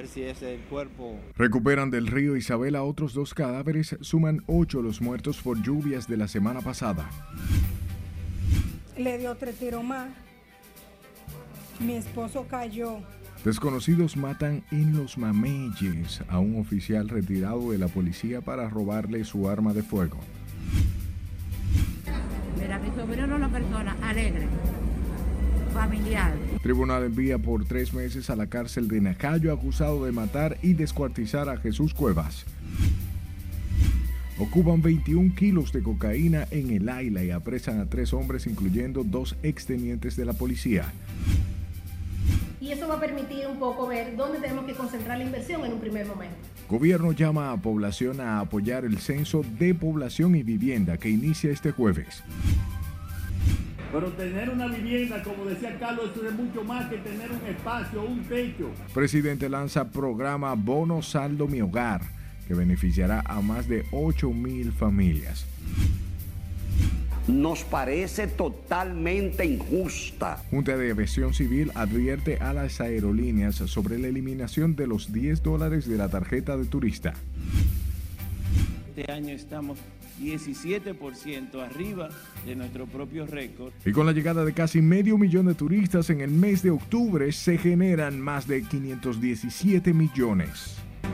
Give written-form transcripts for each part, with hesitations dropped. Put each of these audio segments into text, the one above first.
si es el cuerpo. Recuperan del río Isabela otros 2 cadáveres, suman 8 los muertos por lluvias de la semana pasada. Le dio 3 tiros más. Mi esposo cayó. Desconocidos matan en Los Mameyes a un oficial retirado de la policía para robarle su arma de fuego. Mira, mi sobrino es una persona alegre, familiar. Tribunal envía por 3 meses a la cárcel de Nacayo acusado de matar y descuartizar a Jesús Cuevas. Ocupan 21 kilos de cocaína en El Aila y apresan a 3 hombres, incluyendo 2 extenientes de la policía. Y eso va a permitir un poco ver dónde tenemos que concentrar la inversión en un primer momento. Gobierno llama a población a apoyar el censo de población y vivienda que inicia este jueves. Pero tener una vivienda, como decía Carlos, eso es mucho más que tener un espacio, un techo. Presidente lanza programa Bono Saldo Mi Hogar, que beneficiará a más de 8,000 familias. Nos parece totalmente injusta. Junta de Aviación Civil advierte a las aerolíneas sobre la eliminación de los $10 de la tarjeta de turista. Este año estamos 17% arriba de nuestro propio récord. Y con la llegada de casi 500,000 de turistas en el mes de octubre, se generan más de 517 millones.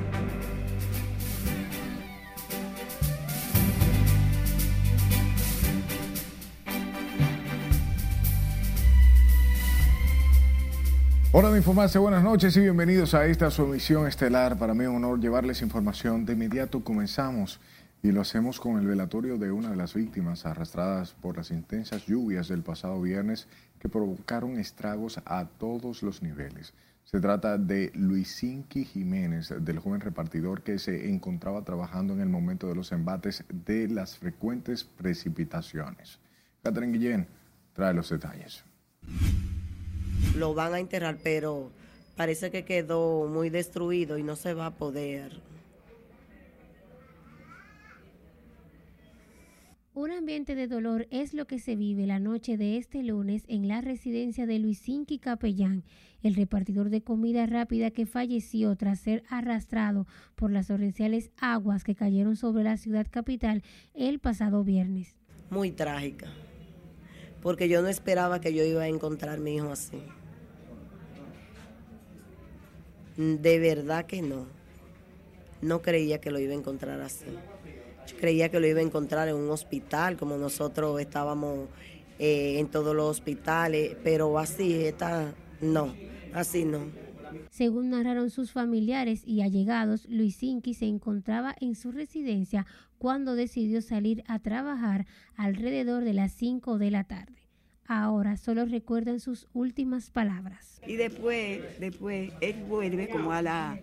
Hora de informarse, buenas noches y bienvenidos a esta su emisión estelar. Para mí es un honor llevarles información. De inmediato comenzamos y lo hacemos con el velatorio de una de las víctimas arrastradas por las intensas lluvias del pasado viernes que provocaron estragos a todos los niveles. Se trata de Luisinqui Jiménez, del joven repartidor que se encontraba trabajando en el momento de los embates de las frecuentes precipitaciones. Catherine Guillén trae los detalles. Lo van a enterrar, pero parece que quedó muy destruido y no se va a poder. Un ambiente de dolor es lo que se vive la noche de este lunes en la residencia de Luisinqui Capellán, el repartidor de comida rápida que falleció tras ser arrastrado por las torrenciales aguas que cayeron sobre la ciudad capital el pasado viernes. Muy trágica, porque yo no esperaba que yo iba a encontrar a mi hijo así. De verdad que no. No creía que lo iba a encontrar así. Yo creía que lo iba a encontrar en un hospital, como nosotros estábamos en todos los hospitales, pero así no, así no. Según narraron sus familiares y allegados, Luisinqui se encontraba en su residencia cuando decidió salir a trabajar alrededor de las 5 de la tarde. Ahora solo recuerdan sus últimas palabras. Y después él vuelve como a las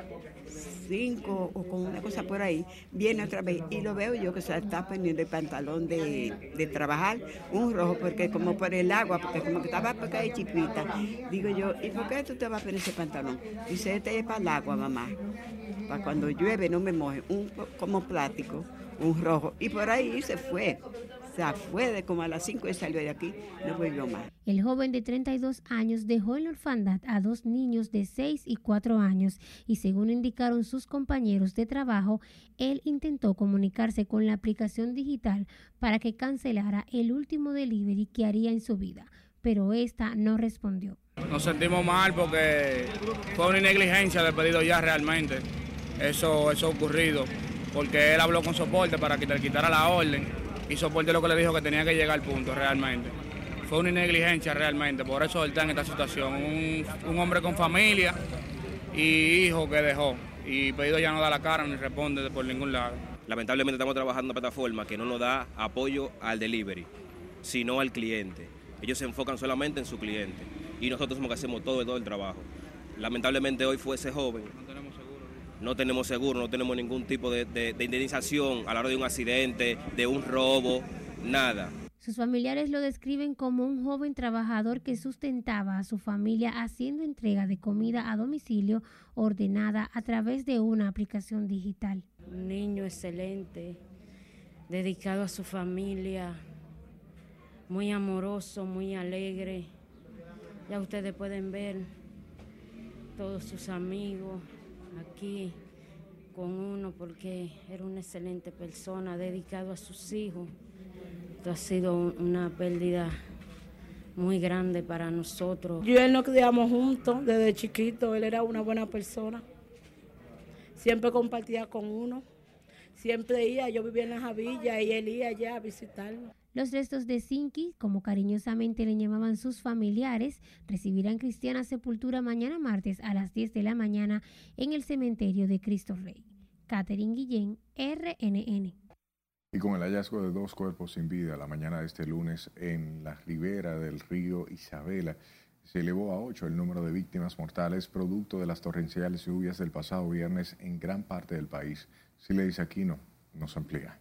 5 o con una cosa por ahí, viene otra vez y lo veo yo que se está poniendo el pantalón de trabajar, un rojo, porque como por el agua, porque como que estaba por acá de chiquita. Digo yo, ¿y por qué tú te vas a poner ese pantalón? Dice, este es para el agua, mamá, para cuando llueve no me moje, como plástico, un rojo. Y por ahí se fue. O sea, fue de como a las 5 y salió de aquí, no volvió más. El joven de 32 años dejó en la orfandad a 2 niños de 6 y 4 años y según indicaron sus compañeros de trabajo, él intentó comunicarse con la aplicación digital para que cancelara el último delivery que haría en su vida, pero esta no respondió. Nos sentimos mal porque fue una negligencia del pedido ya realmente. Eso ha ocurrido porque él habló con soporte para que le quitara la orden. Y soporte lo que le dijo que tenía que llegar al punto realmente. Fue una negligencia realmente, por eso él está en esta situación. Un hombre con familia y hijo que dejó. Y pedido ya no da la cara ni responde por ningún lado. Lamentablemente estamos trabajando en una plataforma que no nos da apoyo al delivery, sino al cliente. Ellos se enfocan solamente en su cliente y nosotros somos que hacemos todo el trabajo. Lamentablemente hoy fue ese joven. No tenemos seguro, no tenemos ningún tipo de indemnización a la hora de un accidente, de un robo, nada. Sus familiares lo describen como un joven trabajador que sustentaba a su familia haciendo entrega de comida a domicilio ordenada a través de una aplicación digital. Un niño excelente, dedicado a su familia, muy amoroso, muy alegre. Ya ustedes pueden ver todos sus amigos. aquí con uno porque era una excelente persona, dedicado a sus hijos. Esto ha sido una pérdida muy grande para nosotros. Yo y él nos criamos juntos desde chiquito, él era una buena persona. Siempre compartía con uno, siempre iba, yo vivía en la Javilla y él iba allá a visitarlo. Los restos de Zinqui, como cariñosamente le llamaban sus familiares, recibirán cristiana sepultura mañana martes a las 10 de la mañana en el cementerio de Cristo Rey. Catherine Guillén, RNN. Y con el hallazgo de 2 cuerpos sin vida la mañana de este lunes en la ribera del río Isabela, se elevó a 8 el número de víctimas mortales producto de las torrenciales lluvias del pasado viernes en gran parte del país. Sileis Aquino nos amplía.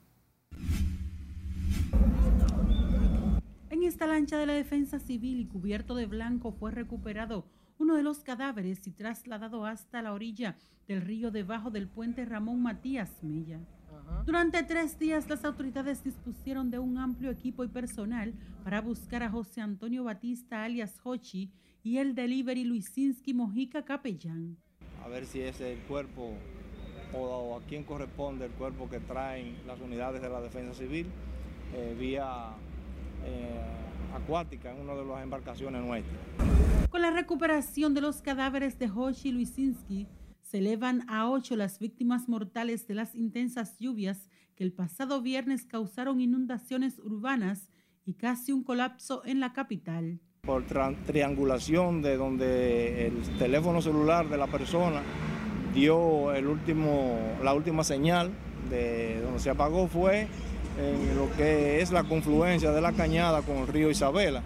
En esta lancha de la Defensa Civil y cubierto de blanco fue recuperado uno de los cadáveres y trasladado hasta la orilla del río debajo del puente Ramón Matías Mella. Durante 3 días las autoridades dispusieron de un amplio equipo y personal para buscar a José Antonio Batista alias Hochi y el delivery Luisinski Mojica Capellán. A ver si es el cuerpo o a quién corresponde el cuerpo que traen las unidades de la Defensa Civil vía acuática en una de las embarcaciones nuestras. Con la recuperación de los cadáveres de Hochi y Luisinski, se elevan a 8 las víctimas mortales de las intensas lluvias que el pasado viernes causaron inundaciones urbanas y casi un colapso en la capital. Por triangulación de donde el teléfono celular de la persona dio la última señal de donde se apagó fue en lo que es la confluencia de la Cañada con el río Isabela.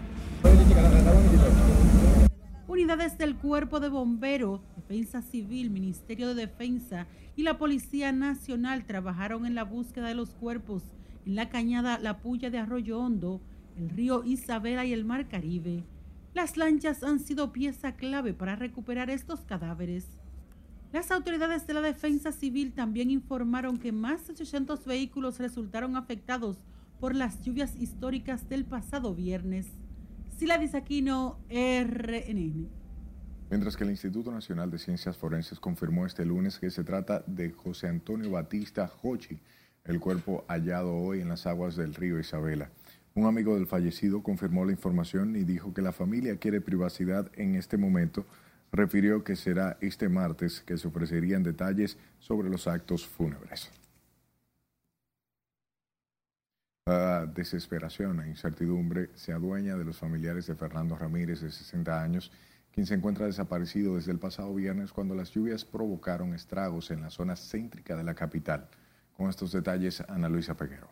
Unidades del Cuerpo de Bomberos, Defensa Civil, Ministerio de Defensa y la Policía Nacional trabajaron en la búsqueda de los cuerpos en la Cañada La Puya de Arroyo Hondo, el río Isabela y el Mar Caribe. Las lanchas han sido pieza clave para recuperar estos cadáveres. Las autoridades de la Defensa Civil también informaron que más de 800 vehículos resultaron afectados por las lluvias históricas del pasado viernes. Siladis Aquino, RNN. Mientras que el Instituto Nacional de Ciencias Forenses confirmó este lunes que se trata de José Antonio Batista Hochi, el cuerpo hallado hoy en las aguas del río Isabela. Un amigo del fallecido confirmó la información y dijo que la familia quiere privacidad en este momento. Refirió que será este martes que se ofrecerían detalles sobre los actos fúnebres. La desesperación e incertidumbre se adueña de los familiares de Fernando Ramírez, de 60 años, quien se encuentra desaparecido desde el pasado viernes cuando las lluvias provocaron estragos en la zona céntrica de la capital. Con estos detalles, Ana Luisa Peguero.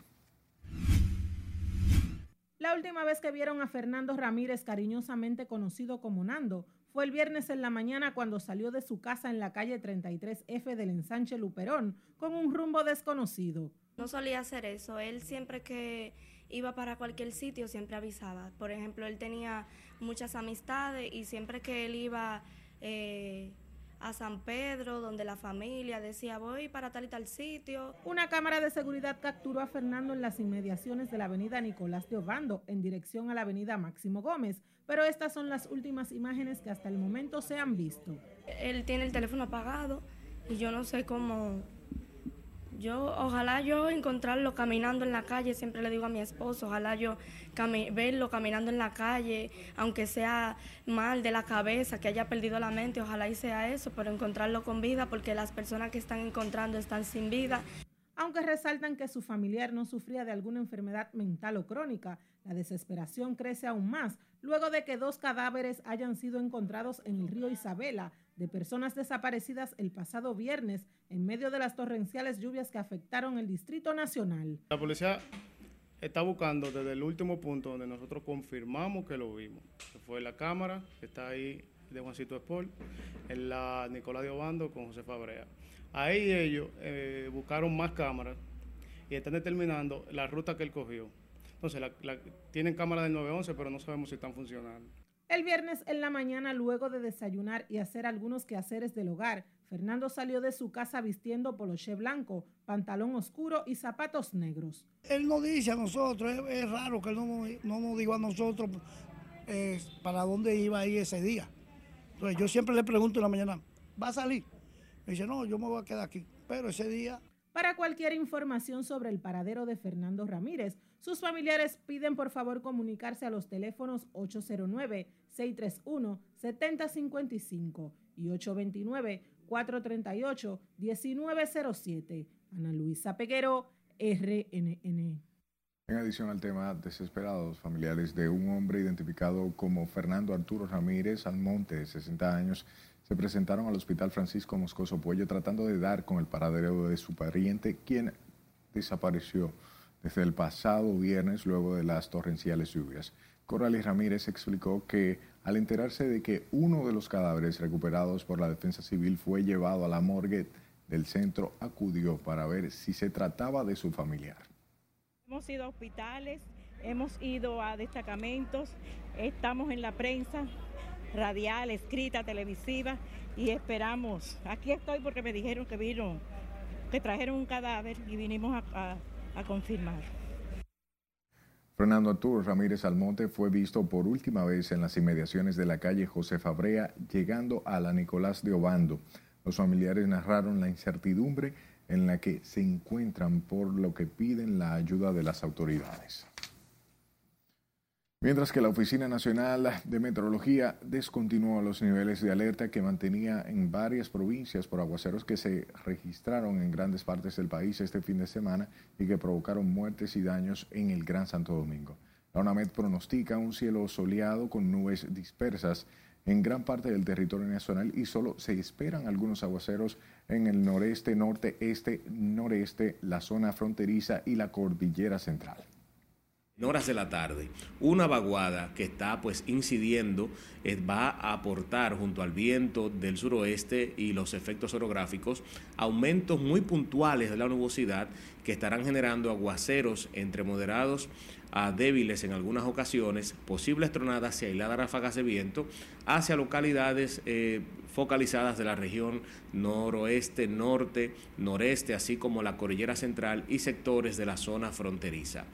La última vez que vieron a Fernando Ramírez, cariñosamente conocido como Nando, fue el viernes en la mañana cuando salió de su casa en la calle 33F del ensanche Luperón con un rumbo desconocido. No solía hacer eso, él siempre que iba para cualquier sitio siempre avisaba. Por ejemplo, él tenía muchas amistades y siempre que él iba a San Pedro, donde la familia decía voy para tal y tal sitio. Una cámara de seguridad capturó a Fernando en las inmediaciones de la avenida Nicolás de Obando en dirección a la avenida Máximo Gómez, pero estas son las últimas imágenes que hasta el momento se han visto. Él tiene el teléfono apagado y yo no sé cómo... Ojalá yo encontrarlo caminando en la calle, siempre le digo a mi esposo, ojalá yo verlo caminando en la calle, aunque sea mal de la cabeza, que haya perdido la mente, ojalá y sea eso, pero encontrarlo con vida, porque las personas que están encontrando están sin vida. Aunque resaltan que su familiar no sufría de alguna enfermedad mental o crónica, la desesperación crece aún más luego de que 2 cadáveres hayan sido encontrados en el río Isabela de personas desaparecidas el pasado viernes en medio de las torrenciales lluvias que afectaron el Distrito Nacional. La policía está buscando desde el último punto donde nosotros confirmamos que lo vimos, que fue la cámara que está ahí de Juancito Sport, en la Nicolás de Obando con José Fabrea. Ahí ellos buscaron más cámaras y están determinando la ruta que él cogió. Entonces, tienen cámaras del 911, pero no sabemos si están funcionando. El viernes en la mañana, luego de desayunar y hacer algunos quehaceres del hogar, Fernando salió de su casa vistiendo poloché blanco, pantalón oscuro y zapatos negros. Él nos dice a nosotros, es raro que él no nos diga a nosotros para dónde iba a ir ese día. Entonces yo siempre le pregunto en la mañana, ¿va a salir? Me dice, no, yo me voy a quedar aquí. Pero ese día... Para cualquier información sobre el paradero de Fernando Ramírez, sus familiares piden por favor comunicarse a los teléfonos 809-631-7055 y 829-438-1907. Ana Luisa Peguero, RNN. En adición al tema, desesperados familiares de un hombre identificado como Fernando Arturo Ramírez Almonte, de 60 años, se presentaron al Hospital Francisco Moscoso Puello tratando de dar con el paradero de su pariente, quien desapareció desde el pasado viernes luego de las torrenciales lluvias. Coralis Ramírez explicó que al enterarse de que uno de los cadáveres recuperados por la Defensa Civil fue llevado a la morgue del centro, acudió para ver si se trataba de su familiar. Hemos ido a hospitales, hemos ido a destacamentos, estamos en la prensa radial, escrita, televisiva y esperamos. Aquí estoy porque me dijeron que trajeron un cadáver y vinimos a confirmar. Fernando Arturo Ramírez Almonte fue visto por última vez en las inmediaciones de la calle Josefa Brea, llegando a la Nicolás de Obando. Los familiares narraron la incertidumbre en la que se encuentran, por lo que piden la ayuda de las autoridades. Mientras que la Oficina Nacional de Meteorología descontinuó los niveles de alerta que mantenía en varias provincias por aguaceros que se registraron en grandes partes del país este fin de semana y que provocaron muertes y daños en el Gran Santo Domingo. La ONAMED pronostica un cielo soleado con nubes dispersas en gran parte del territorio nacional y solo se esperan algunos aguaceros en el noreste, norte, este, noreste, la zona fronteriza y la cordillera central. En horas de la tarde, una vaguada que está incidiendo va a aportar junto al viento del suroeste y los efectos orográficos aumentos muy puntuales de la nubosidad que estarán generando aguaceros entre moderados a débiles en algunas ocasiones, posibles tronadas y aisladas ráfagas de viento hacia localidades focalizadas de la región noroeste, norte, noreste, así como la cordillera central y sectores de la zona fronteriza.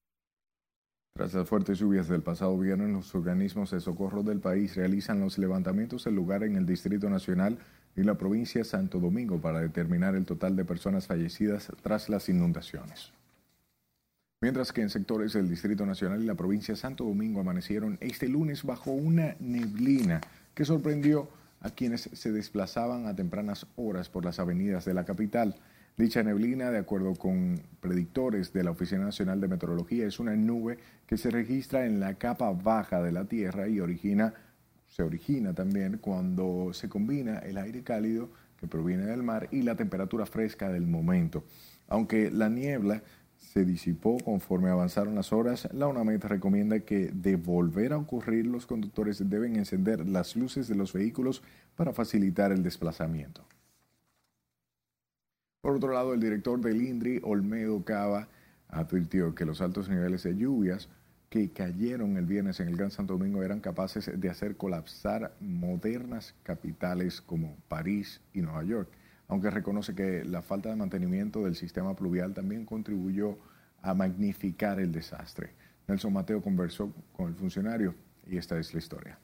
Tras las fuertes lluvias del pasado viernes, los organismos de socorro del país realizan los levantamientos del lugar en el Distrito Nacional y la provincia de Santo Domingo para determinar el total de personas fallecidas tras las inundaciones. Mientras que en sectores del Distrito Nacional y la provincia de Santo Domingo amanecieron este lunes bajo una neblina que sorprendió a quienes se desplazaban a tempranas horas por las avenidas de la capital. Dicha neblina, de acuerdo con predictores de la Oficina Nacional de Meteorología, es una nube que se registra en la capa baja de la Tierra y se origina también cuando se combina el aire cálido que proviene del mar y la temperatura fresca del momento. Aunque la niebla se disipó conforme avanzaron las horas, la ONAMED recomienda que de volver a ocurrir, los conductores deben encender las luces de los vehículos para facilitar el desplazamiento. Por otro lado, el director del INDRI, Olmedo Cava, advirtió que los altos niveles de lluvias que cayeron el viernes en el Gran Santo Domingo eran capaces de hacer colapsar modernas capitales como París y Nueva York, aunque reconoce que la falta de mantenimiento del sistema pluvial también contribuyó a magnificar el desastre. Nelson Mateo conversó con el funcionario y esta es la historia.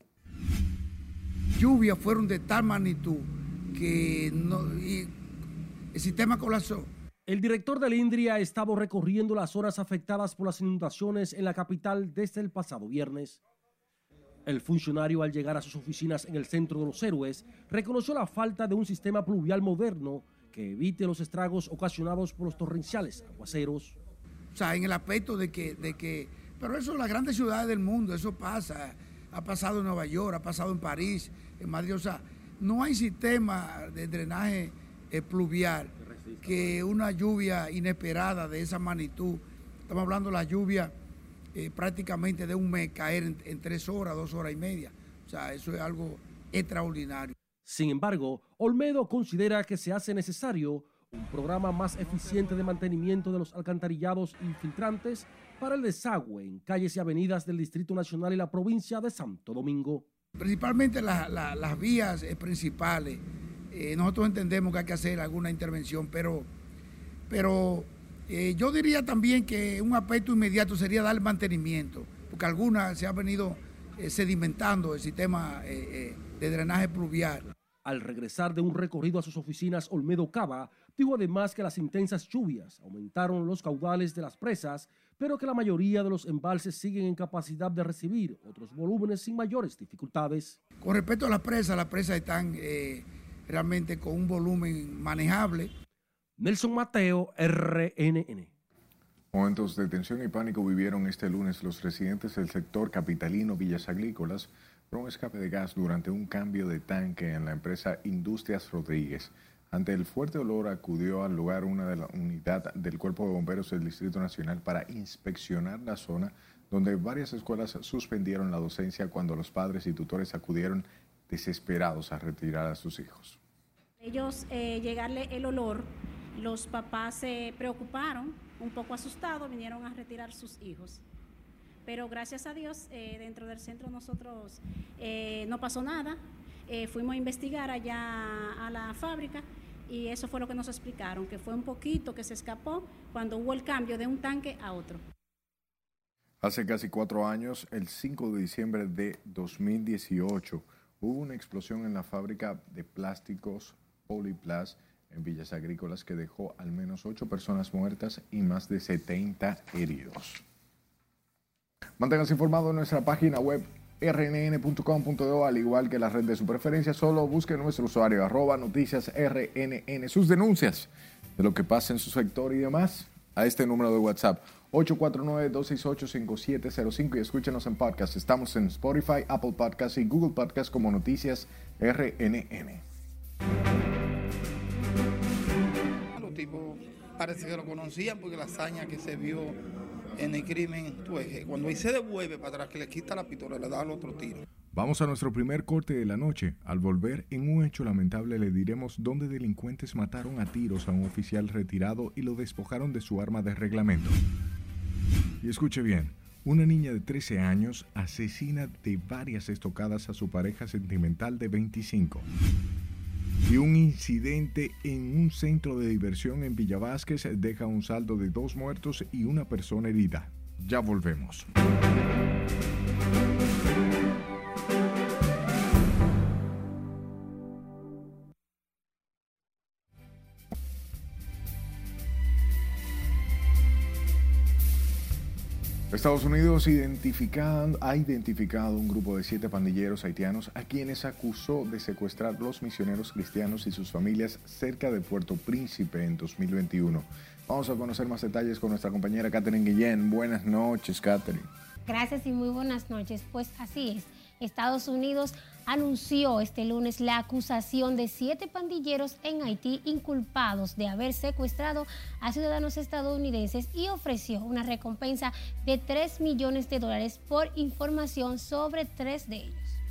Lluvias fueron de tal magnitud que el sistema colapsó. El director del INDRI ha estado recorriendo las zonas afectadas por las inundaciones en la capital desde el pasado viernes. El funcionario, al llegar a sus oficinas en el Centro de los Héroes, reconoció la falta de un sistema pluvial moderno que evite los estragos ocasionados por los torrenciales aguaceros. O sea, en el aspecto de que pero eso en las grandes ciudades del mundo, eso pasa. Ha pasado en Nueva York, ha pasado en París, en Madrid. O sea, no hay sistema de drenaje pluvial que una lluvia inesperada de esa magnitud. Estamos hablando de la lluvia prácticamente de un mes caer en 3 horas, 2 horas y media. O sea, eso es algo extraordinario. Sin embargo, Olmedo considera que se hace necesario un programa más eficiente de mantenimiento de los alcantarillados y filtrantes para el desagüe en calles y avenidas del Distrito Nacional y la provincia de Santo Domingo. Principalmente las vías principales. Nosotros entendemos que hay que hacer alguna intervención, pero yo diría también que un aspecto inmediato sería dar mantenimiento, porque algunas se ha venido sedimentando el sistema de drenaje pluvial. Al regresar de un recorrido a sus oficinas Olmedo Cava, dijo además que las intensas lluvias aumentaron los caudales de las presas, pero que la mayoría de los embalses siguen en capacidad de recibir otros volúmenes sin mayores dificultades. Con respecto a las presas están realmente con un volumen manejable. Nelson Mateo, RNN. Momentos de tensión y pánico vivieron este lunes los residentes del sector capitalino Villas Agrícolas por un escape de gas durante un cambio de tanque en la empresa Industrias Rodríguez. Ante el fuerte olor acudió al lugar una de la unidad del Cuerpo de Bomberos del Distrito Nacional para inspeccionar la zona donde varias escuelas suspendieron la docencia cuando los padres y tutores acudieron desesperados a retirar a sus hijos. Ellos, llegarle el olor, los papás se preocuparon, un poco asustados, vinieron a retirar sus hijos. Pero gracias a Dios, dentro del centro nosotros no pasó nada. Fuimos a investigar allá a la fábrica y eso fue lo que nos explicaron, que fue un poquito que se escapó cuando hubo el cambio de un tanque a otro. Hace casi 4 años, el 5 de diciembre de 2018, hubo una explosión en la fábrica de plásticos Poliplas en Villas Agrícolas que dejó al menos 8 personas muertas y más de 70 heridos. Manténgase informado en nuestra página web rnn.com.do, al igual que la red de su preferencia. Solo busque nuestro usuario @noticiasrnn, sus denuncias de lo que pasa en su sector y demás a este número de WhatsApp 849-268-5705 y escúchenos en podcast. Estamos en Spotify, Apple Podcasts y Google Podcasts como Noticias RNN. Los tipos parece que lo conocían porque la hazaña que se vio en el crimen, cuando ahí se devuelve para atrás, que le quita la pistola, le da al otro tiro. Vamos a nuestro primer corte de la noche. Al volver, en un hecho lamentable, le diremos dónde delincuentes mataron a tiros a un oficial retirado y lo despojaron de su arma de reglamento. Y escuche bien, una niña de 13 años asesina de varias estocadas a su pareja sentimental de 25. Y un incidente en un centro de diversión en Villa Vázquez deja un saldo de 2 muertos y 1 persona herida. Ya volvemos. Estados Unidos ha identificado un grupo de 7 pandilleros haitianos a quienes acusó de secuestrar los misioneros cristianos y sus familias cerca de Puerto Príncipe en 2021. Vamos a conocer más detalles con nuestra compañera Catherine Guillén. Buenas noches, Catherine. Gracias y muy buenas noches. Pues así es, Estados Unidos anunció este lunes la acusación de 7 pandilleros en Haití inculpados de haber secuestrado a ciudadanos estadounidenses y ofreció una recompensa de $3 millones por información sobre 3 de ellos.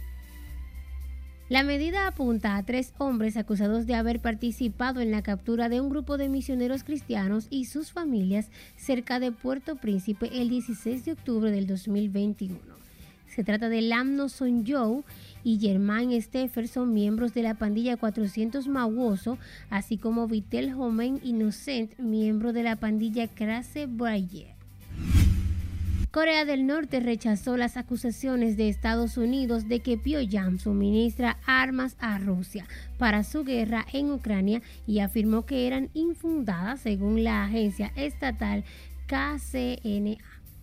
La medida apunta a 3 hombres acusados de haber participado en la captura de un grupo de misioneros cristianos y sus familias cerca de Puerto Príncipe el 16 de octubre del 2021. Se trata de Lamno Sonjow y Germain Stephenson, miembros de la pandilla 400 Mauoso, así como Vitel Homen Innocent, miembro de la pandilla Crase Braille. Corea del Norte rechazó las acusaciones de Estados Unidos de que Pyongyang suministra armas a Rusia para su guerra en Ucrania y afirmó que eran infundadas según la agencia estatal KCNA.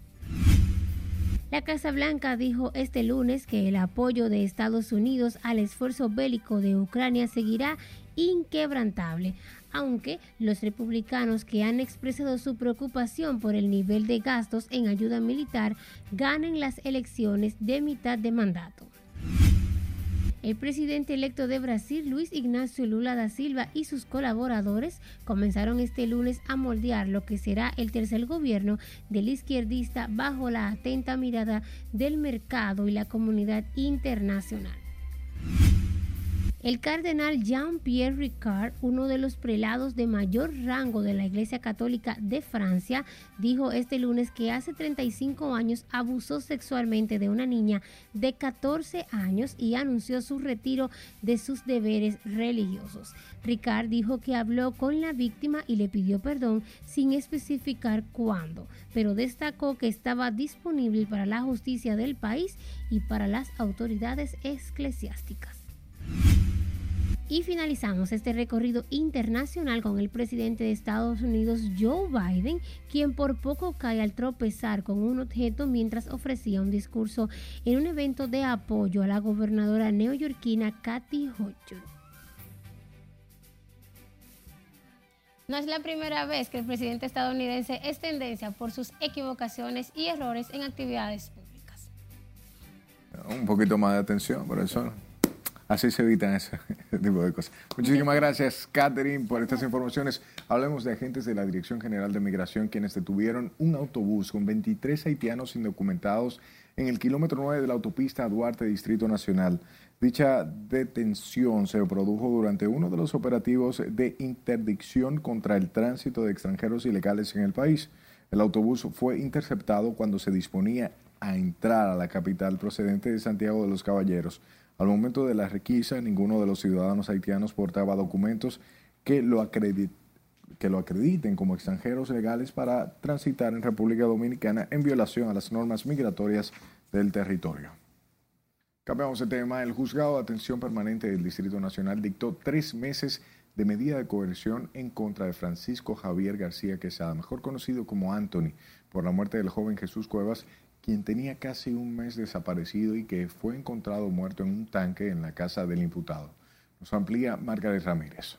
La Casa Blanca dijo este lunes que el apoyo de Estados Unidos al esfuerzo bélico de Ucrania seguirá inquebrantable, aunque los republicanos que han expresado su preocupación por el nivel de gastos en ayuda militar ganen las elecciones de mitad de mandato. El presidente electo de Brasil, Luis Ignacio Lula da Silva, y sus colaboradores comenzaron este lunes a moldear lo que será el tercer gobierno del izquierdista bajo la atenta mirada del mercado y la comunidad internacional. El cardenal Jean-Pierre Ricard, uno de los prelados de mayor rango de la Iglesia Católica de Francia, dijo este lunes que hace 35 años abusó sexualmente de una niña de 14 años y anunció su retiro de sus deberes religiosos. Ricard dijo que habló con la víctima y le pidió perdón sin especificar cuándo, pero destacó que estaba disponible para la justicia del país y para las autoridades eclesiásticas. Y finalizamos este recorrido internacional con el presidente de Estados Unidos, Joe Biden, quien por poco cae al tropezar con un objeto mientras ofrecía un discurso en un evento de apoyo a la gobernadora neoyorquina Kathy Hochul. No es la primera vez que el presidente estadounidense es tendencia por sus equivocaciones y errores en actividades públicas. Un poquito más de atención, por eso así se evitan ese tipo de cosas. Muchísimas gracias, Catherine, por estas informaciones. Hablemos de agentes de la Dirección General de Migración quienes detuvieron un autobús con 23 haitianos indocumentados en el kilómetro 9 de la autopista Duarte, Distrito Nacional. Dicha detención se produjo durante uno de los operativos de interdicción contra el tránsito de extranjeros ilegales en el país. El autobús fue interceptado cuando se disponía a entrar a la capital procedente de Santiago de los Caballeros. Al momento de la requisa, ninguno de los ciudadanos haitianos portaba documentos que lo acrediten como extranjeros legales para transitar en República Dominicana en violación a las normas migratorias del territorio. Cambiamos de tema. El Juzgado de Atención Permanente del Distrito Nacional dictó 3 meses de medida de coerción en contra de Francisco Javier García Quesada, mejor conocido como Anthony, por la muerte del joven Jesús Cuevas, quien tenía casi un mes desaparecido y que fue encontrado muerto en un tanque en la casa del imputado. Nos amplía Margaret Ramírez.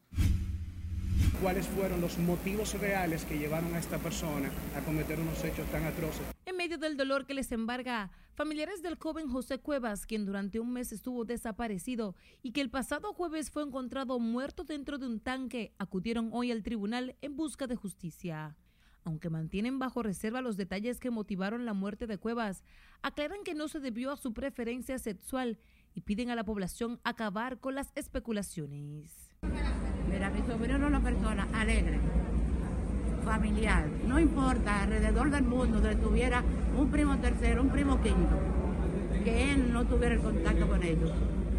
¿Cuáles fueron los motivos reales que llevaron a esta persona a cometer unos hechos tan atroces? En medio del dolor que les embarga, familiares del joven José Cuevas, quien durante un mes estuvo desaparecido y que el pasado jueves fue encontrado muerto dentro de un tanque, acudieron hoy al tribunal en busca de justicia. Aunque mantienen bajo reserva los detalles que motivaron la muerte de Cuevas, aclaran que no se debió a su preferencia sexual y piden a la población acabar con las especulaciones. Mira, mi sobrino era una persona alegre, familiar, no importa, alrededor del mundo donde tuviera un primo tercero, un primo quinto, que él no tuviera el contacto con ellos.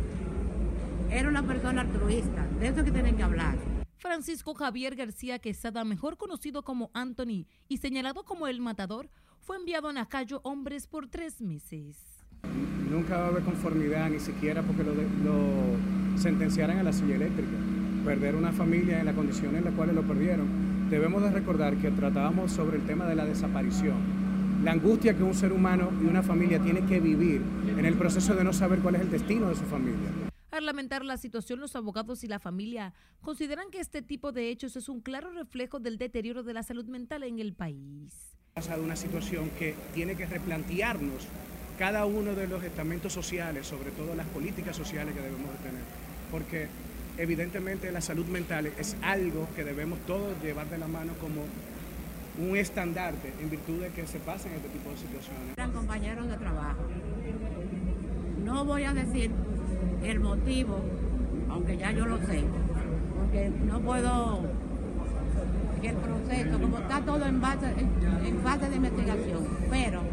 Era una persona altruista, de eso que tienen que hablar. Francisco Javier García Quesada, mejor conocido como Anthony y señalado como el matador, fue enviado a Nacayo Hombres por 3 meses. Nunca va a haber conformidad, ni siquiera porque lo sentenciaran a la silla eléctrica. Perder una familia en las condiciones en las cuales lo perdieron. Debemos de recordar que tratábamos sobre el tema de la desaparición. La angustia que un ser humano y una familia tiene que vivir en el proceso de no saber cuál es el destino de su familia. Al lamentar la situación, los abogados y la familia consideran que este tipo de hechos es un claro reflejo del deterioro de la salud mental en el país. Ha pasado una situación que tiene que replantearnos cada uno de los estamentos sociales, sobre todo las políticas sociales que debemos de tener, porque evidentemente la salud mental es algo que debemos todos llevar de la mano como un estandarte en virtud de que se pasen este tipo de situaciones. Eran compañeros de trabajo. No voy a decir el motivo, aunque ya yo lo sé, porque no puedo, el proceso, como está todo en fase de investigación, pero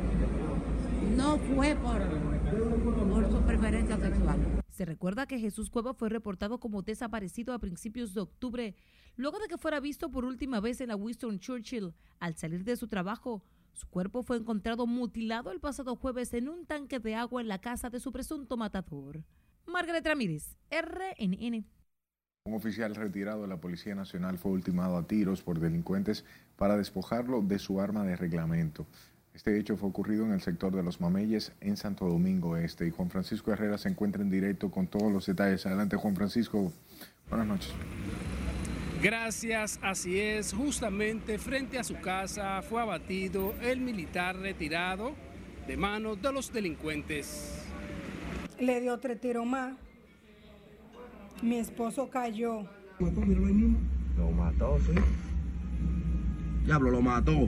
no fue por su preferencia sexual. Se recuerda que Jesús Cuevas fue reportado como desaparecido a principios de octubre, luego de que fuera visto por última vez en la Winston Churchill. Al salir de su trabajo, su cuerpo fue encontrado mutilado el pasado jueves en un tanque de agua en la casa de su presunto matador. Margaret Ramírez, RNN. Un oficial retirado de la Policía Nacional fue ultimado a tiros por delincuentes para despojarlo de su arma de reglamento. Este hecho fue ocurrido en el sector de Los Mameyes, en Santo Domingo Este. Y Juan Francisco Herrera se encuentra en directo con todos los detalles. Adelante, Juan Francisco. Buenas noches. Gracias, así es. Justamente frente a su casa fue abatido el militar retirado de manos de los delincuentes. Le dio 3 tiros más. Mi esposo cayó. Lo mató, sí. Diablo, lo mató.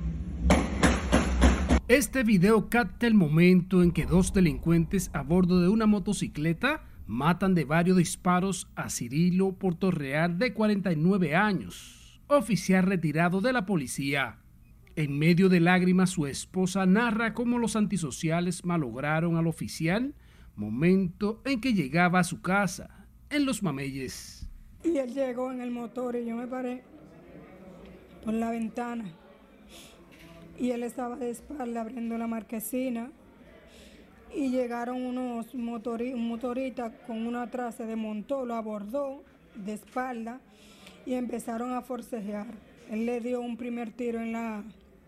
Este video capta el momento en que 2 delincuentes a bordo de una motocicleta matan de varios disparos a Cirilo Portorreal, de 49 años, oficial retirado de la policía. En medio de lágrimas, su esposa narra cómo los antisociales malograron al oficial, momento en que llegaba a su casa, en Los Mameyes. Y él llegó en el motor y yo me paré por la ventana. Y él estaba de espalda abriendo la marquesina y llegaron un motorista con una atrás, se desmontó, lo abordó de espalda y empezaron a forcejear. Él le dio un primer tiro en la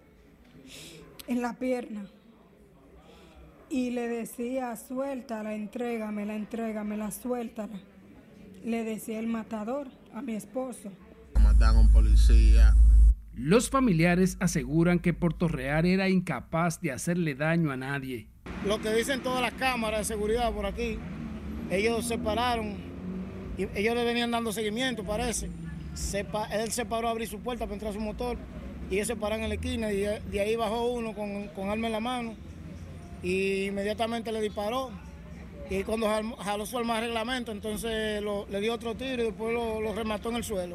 pierna y le decía, suéltala, entrégamela, suéltala. Le decía el matador a mi esposo. Mataron policía. Los familiares aseguran que Portorreal era incapaz de hacerle daño a nadie. Lo que dicen todas las cámaras de seguridad por aquí, ellos se pararon y ellos le venían dando seguimiento, parece. Él se paró a abrir su puerta para entrar a su motor y ellos se pararon en la esquina y de ahí bajó uno con arma en la mano y inmediatamente le disparó. Y cuando jaló su arma de reglamento, entonces le dio otro tiro y después lo remató en el suelo.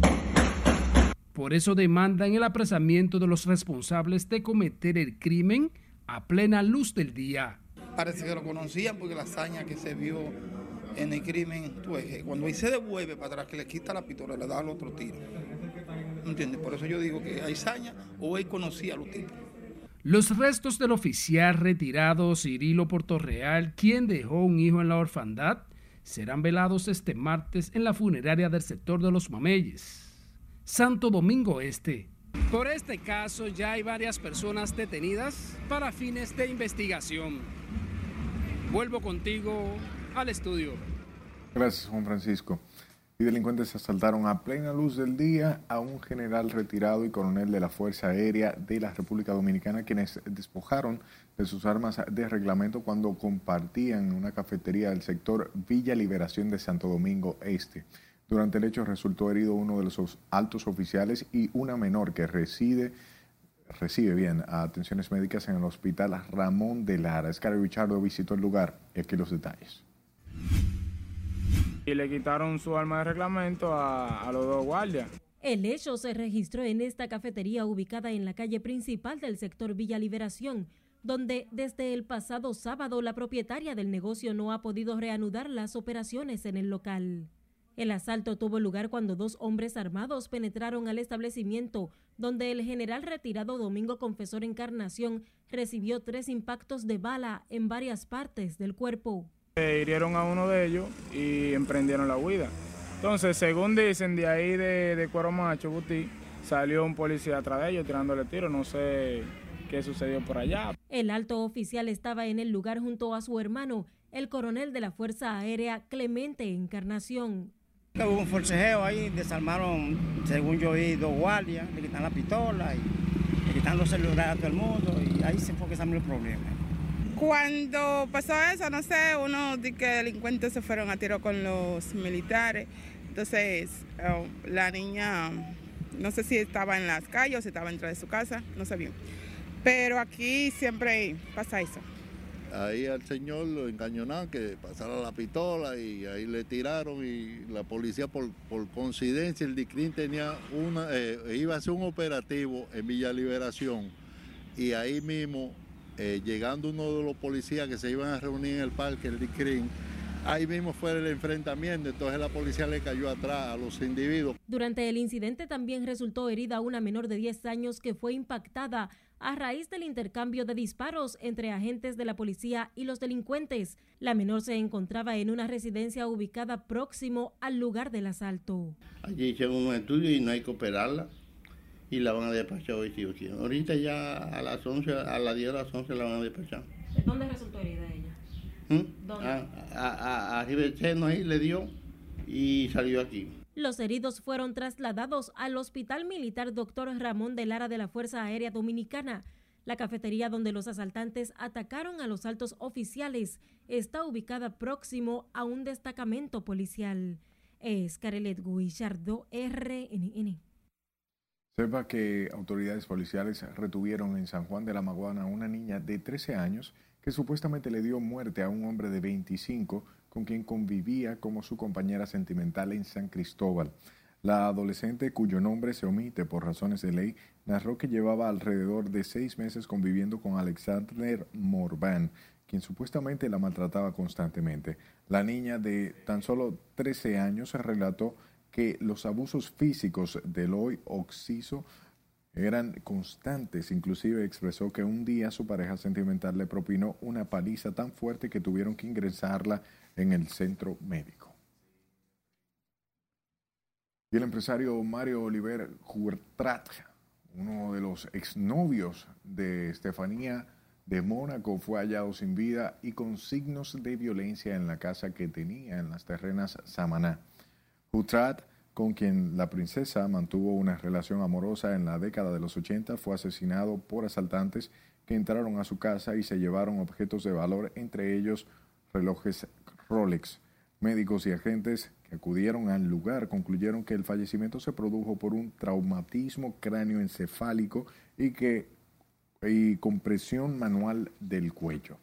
Por eso demandan el apresamiento de los responsables de cometer el crimen a plena luz del día. Parece que lo conocían porque la hazaña que se vio en el crimen, cuando él se devuelve para atrás, que le quita la pistola, le da el otro tiro. ¿Me entiendes? Por eso yo digo que hay hazaña o él conocía a los tipos. Los restos del oficial retirado Cirilo Portorreal, quien dejó un hijo en la orfandad, serán velados este martes en la funeraria del sector de Los Mameyes, Santo Domingo Este. Por este caso ya hay varias personas detenidas para fines de investigación. Vuelvo contigo al estudio. Gracias, Juan Francisco. Y delincuentes asaltaron a plena luz del día a un general retirado y coronel de la Fuerza Aérea de la República Dominicana, quienes despojaron de sus armas de reglamento cuando compartían en una cafetería del sector Villa Liberación de Santo Domingo Este. Durante el hecho resultó herido uno de los altos oficiales y una menor que recibe atenciones médicas en el hospital Ramón de Lara. Escari Richardo visitó el lugar y aquí los detalles. Y le quitaron su arma de reglamento a los dos guardias. El hecho se registró en esta cafetería ubicada en la calle principal del sector Villa Liberación, donde desde el pasado sábado la propietaria del negocio no ha podido reanudar las operaciones en el local. El asalto tuvo lugar cuando dos hombres armados penetraron al establecimiento, donde el general retirado Domingo Confesor Encarnación recibió 3 impactos de bala en varias partes del cuerpo. Hirieron a uno de ellos y emprendieron la huida. Entonces, según dicen, de ahí de Cuero Macho, Butí, salió un policía atrás de ellos tirándole tiros. No sé qué sucedió por allá. El alto oficial estaba en el lugar junto a su hermano, el coronel de la Fuerza Aérea Clemente Encarnación. Hubo un forcejeo ahí, desarmaron, según yo vi, 2 guardias, le quitan la pistola y le quitan los celulares a todo el mundo y ahí se fue que salió el problema. Cuando pasó eso, no sé, unos delincuentes se fueron a tiro con los militares. Entonces, la niña, no sé si estaba en las calles o si estaba dentro de su casa, no sé bien. Pero aquí siempre pasa eso. Ahí al señor lo encañonaron que pasara la pistola y ahí le tiraron y la policía por coincidencia el DICRIN tenía iba a hacer un operativo en Villa Liberación y ahí mismo llegando uno de los policías que se iban a reunir en el parque, el DICRIN, ahí mismo fue el enfrentamiento, entonces la policía le cayó atrás a los individuos. Durante el incidente también resultó herida una menor de 10 años que fue impactada a raíz del intercambio de disparos entre agentes de la policía y los delincuentes. La menor se encontraba en una residencia ubicada próximo al lugar del asalto. Allí hicieron un estudio y no hay que operarla y la van a despachar hoy. Ahorita ya a las 10 de las 11 la van a despachar. ¿Dónde resultó herida ella? ¿Dónde? Arriba el seno ahí le dio y salió aquí. Los heridos fueron trasladados al Hospital Militar Dr. Ramón de Lara de la Fuerza Aérea Dominicana. La cafetería donde los asaltantes atacaron a los altos oficiales está ubicada próximo a un destacamento policial. Es Carelet Guillardo, RNN. Sepa que autoridades policiales retuvieron en San Juan de la Maguana a una niña de 13 años que supuestamente le dio muerte a un hombre de 25 con quien convivía como su compañera sentimental en San Cristóbal. La adolescente, cuyo nombre se omite por razones de ley, narró que llevaba alrededor de 6 meses conviviendo con Alexander Morvan, quien supuestamente la maltrataba constantemente. La niña de tan solo 13 años relató que los abusos físicos del hoy occiso eran constantes. Inclusive expresó que un día su pareja sentimental le propinó una paliza tan fuerte que tuvieron que ingresarla en el centro médico. Y el empresario Mario Oliver Courtrat, uno de los exnovios de Estefanía de Mónaco, fue hallado sin vida y con signos de violencia en la casa que tenía en las terrenas Samaná. Courtrat, con quien la princesa mantuvo una relación amorosa en la década de los 80, fue asesinado por asaltantes que entraron a su casa y se llevaron objetos de valor, entre ellos relojes Rolex. Médicos y agentes que acudieron al lugar concluyeron que el fallecimiento se produjo por un traumatismo cráneoencefálico y compresión manual del cuello.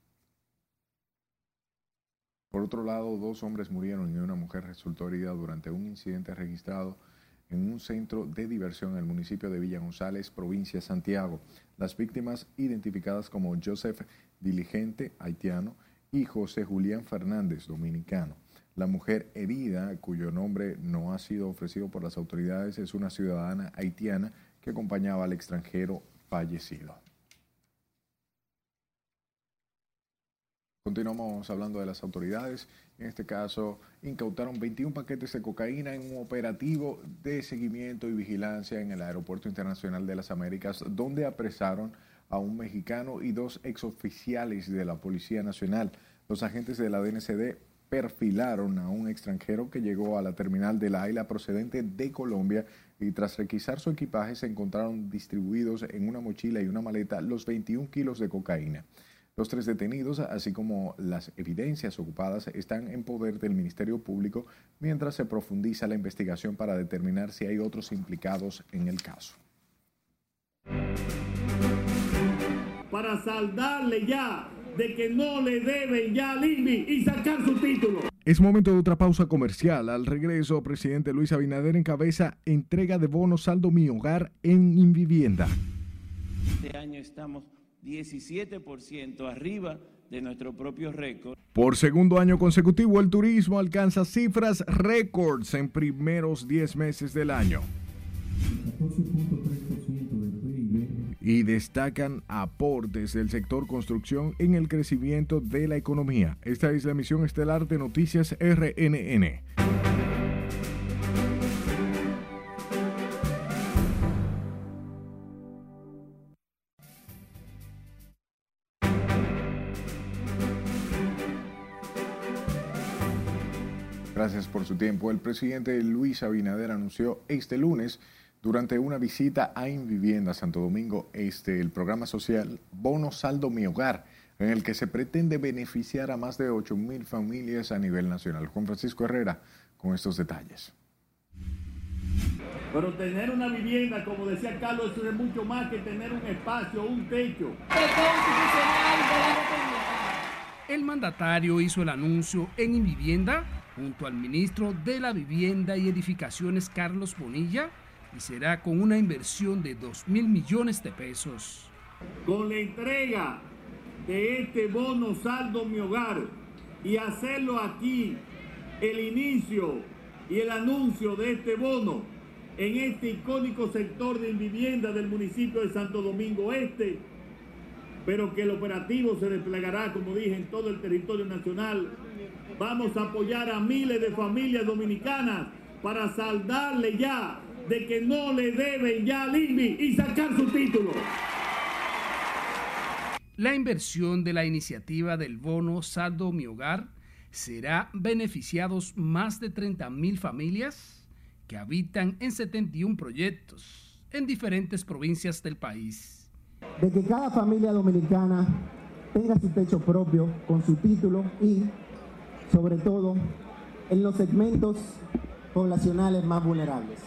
Por otro lado, 2 hombres murieron y una mujer resultó herida durante un incidente registrado en un centro de diversión en el municipio de Villa González, provincia de Santiago. Las víctimas, identificadas como Joseph Diligente, haitiano, y José Julián Fernández, dominicano. La mujer herida, cuyo nombre no ha sido ofrecido por las autoridades, es una ciudadana haitiana que acompañaba al extranjero fallecido. Continuamos hablando de las autoridades. En este caso, incautaron 21 paquetes de cocaína en un operativo de seguimiento y vigilancia en el Aeropuerto Internacional de las Américas, donde apresaron a un mexicano y 2 exoficiales de la Policía Nacional. Los agentes de la DNCD perfilaron a un extranjero que llegó a la terminal de La Aila procedente de Colombia y tras requisar su equipaje se encontraron distribuidos en una mochila y una maleta los 21 kilos de cocaína. Los 3 detenidos, así como las evidencias ocupadas, están en poder del Ministerio Público mientras se profundiza la investigación para determinar si hay otros implicados en el caso. Para saldarle ya de que no le deben ya al INVI y sacar su título. Es momento de otra pausa comercial. Al regreso, presidente Luis Abinader encabeza entrega de bonos saldo Mi Hogar en Invivienda. Este año estamos 17% arriba de nuestro propio récord. Por segundo año consecutivo, el turismo alcanza cifras récords en primeros 10 meses del año. 14.3% del PIB. Y destacan aportes del sector construcción en el crecimiento de la economía. Esta es la emisión estelar de Noticias RNN. Gracias por su tiempo. El presidente Luis Abinader anunció este lunes, durante una visita a Invivienda Santo Domingo Este, el programa social Bono Saldo Mi Hogar, en el que se pretende beneficiar a más de 8,000 familias a nivel nacional. Juan Francisco Herrera con estos detalles. Pero tener una vivienda, como decía Carlos, eso es mucho más que tener un espacio, un techo. El mandatario hizo el anuncio en Invivienda junto al ministro de la Vivienda y Edificaciones, Carlos Bonilla, y será con una inversión de 2,000 millones de pesos. Con la entrega de este bono saldo Mi Hogar y hacerlo aquí, el inicio y el anuncio de este bono en este icónico sector de vivienda del municipio de Santo Domingo Este, pero que el operativo se desplegará, como dije, en todo el territorio nacional. Vamos a apoyar a miles de familias dominicanas para saldarle ya de que no le deben ya al INVI y sacar su título. La inversión de la iniciativa del bono Saldo Mi Hogar será beneficiados más de 30,000 familias que habitan en 71 proyectos en diferentes provincias del país. De que cada familia dominicana tenga su techo propio con su título y, sobre todo, en los segmentos poblacionales más vulnerables.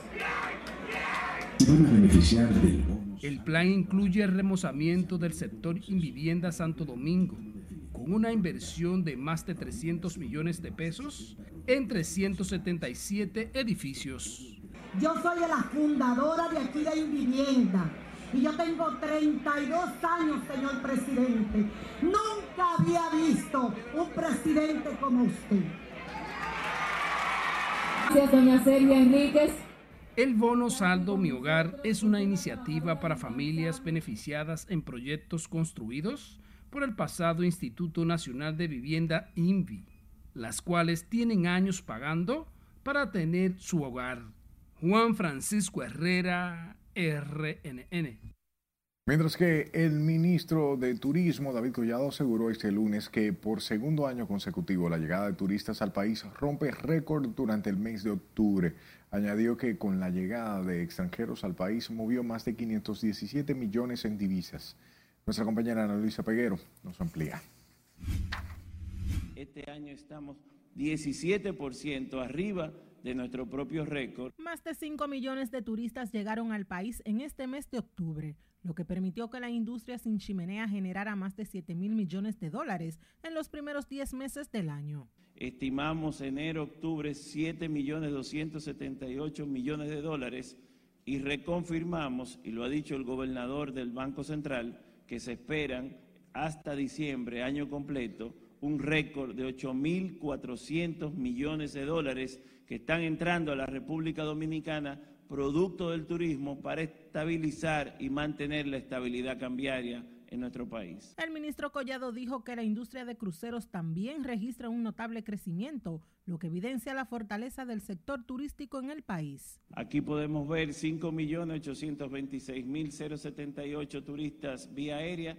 El plan incluye el remozamiento del sector Invivienda Santo Domingo, con una inversión de más de 300 millones de pesos en 377 edificios. Yo soy la fundadora de aquí de Invivienda y yo tengo 32 años, señor presidente. Nunca había visto un presidente como usted. Gracias, doña Celia Enríquez. El bono saldo Mi Hogar es una iniciativa para familias beneficiadas en proyectos construidos por el pasado Instituto Nacional de Vivienda INVI, las cuales tienen años pagando para tener su hogar. Juan Francisco Herrera, RNN. Mientras que el ministro de Turismo, David Collado, aseguró este lunes que por segundo año consecutivo la llegada de turistas al país rompe récord durante el mes de octubre. Añadió que con la llegada de extranjeros al país movió más de 517 millones en divisas. Nuestra compañera Ana Luisa Peguero nos amplía. Este año estamos 17% arriba de nuestro propio récord. Más de 5 millones de turistas llegaron al país en este mes de octubre, lo que permitió que la industria sin chimenea generara más de 7.000 millones de dólares en los primeros 10 meses del año. Estimamos enero-octubre 7.278 millones de dólares y reconfirmamos, y lo ha dicho el gobernador del Banco Central, que se esperan hasta diciembre, año completo, un récord de 8.400 millones de dólares que están entrando a la República Dominicana producto del turismo para estabilizar y mantener la estabilidad cambiaria en nuestro país. El ministro Collado dijo que la industria de cruceros también registra un notable crecimiento, lo que evidencia la fortaleza del sector turístico en el país. Aquí podemos ver 5.826.078 turistas vía aérea,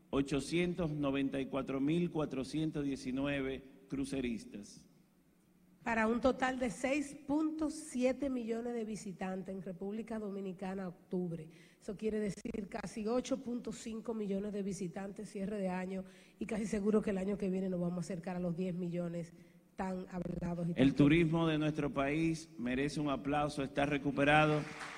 894.419 cruceristas. Para un total de 6.7 millones de visitantes en República Dominicana octubre. Eso quiere decir casi 8.5 millones de visitantes cierre de año y casi seguro que el año que viene nos vamos a acercar a los 10 millones tan hablados. El turismo de nuestro país merece un aplauso, está recuperado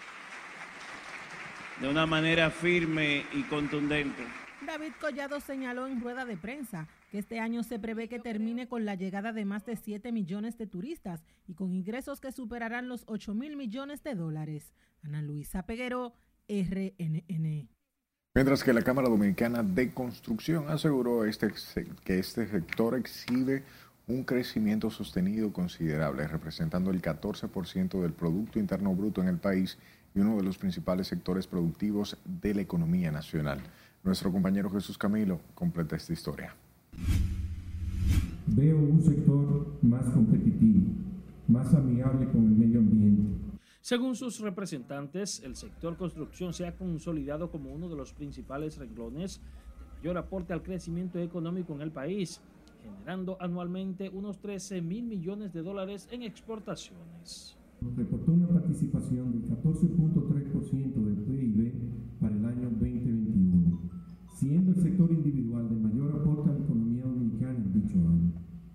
de una manera firme y contundente. David Collado señaló en rueda de prensa que este año se prevé que termine con la llegada de más de 7 millones de turistas y con ingresos que superarán los 8.000 millones de dólares. Ana Luisa Peguero, RNN. Mientras que la Cámara Dominicana de Construcción aseguró que este sector exhibe un crecimiento sostenido considerable, representando el 14% del Producto Interno Bruto en el país y uno de los principales sectores productivos de la economía nacional. Nuestro compañero Jesús Camilo completa esta historia. Veo un sector más competitivo, más amigable con el medio ambiente. Según sus representantes, el sector construcción se ha consolidado como uno de los principales renglones de mayor aporte al crecimiento económico en el país, generando anualmente unos 13.000 millones de dólares en exportaciones. Reportó una participación del 14.3% del PIB para el año 2021, siendo el sector individual de mayor aporte a la economía dominicana en dicho año,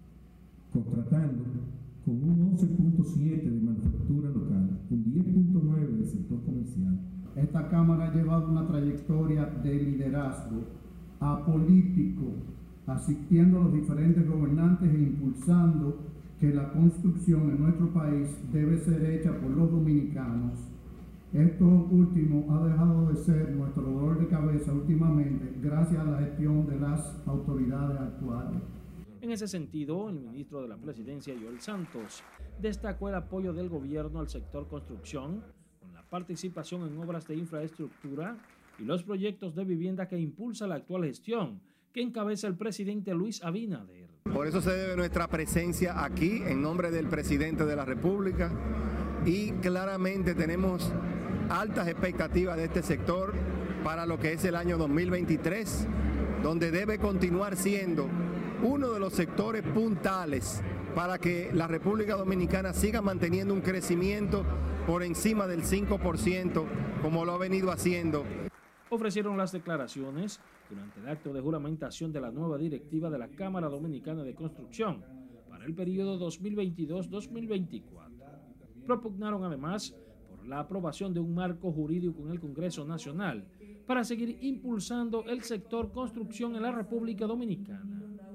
contratando con un 11.7% de manufactura local, un 10.9% del sector comercial. Esta Cámara ha llevado una trayectoria de liderazgo apolítico, asistiendo a los diferentes gobernantes e impulsando que la construcción en nuestro país debe ser hecha por los dominicanos. Esto último ha dejado de ser nuestro dolor de cabeza últimamente gracias a la gestión de las autoridades actuales. En ese sentido, el ministro de la Presidencia, Joel Santos, destacó el apoyo del gobierno al sector construcción, con la participación en obras de infraestructura y los proyectos de vivienda que impulsa la actual gestión, que encabeza el presidente Luis Abinader. Por eso se debe nuestra presencia aquí en nombre del presidente de la República y claramente tenemos altas expectativas de este sector para lo que es el año 2023, donde debe continuar siendo uno de los sectores puntales para que la República Dominicana siga manteniendo un crecimiento por encima del 5%, como lo ha venido haciendo. Ofrecieron las declaraciones durante el acto de juramentación de la nueva directiva de la Cámara Dominicana de Construcción para el periodo 2022-2024. Propugnaron además por la aprobación de un marco jurídico en el Congreso Nacional para seguir impulsando el sector construcción en la República Dominicana.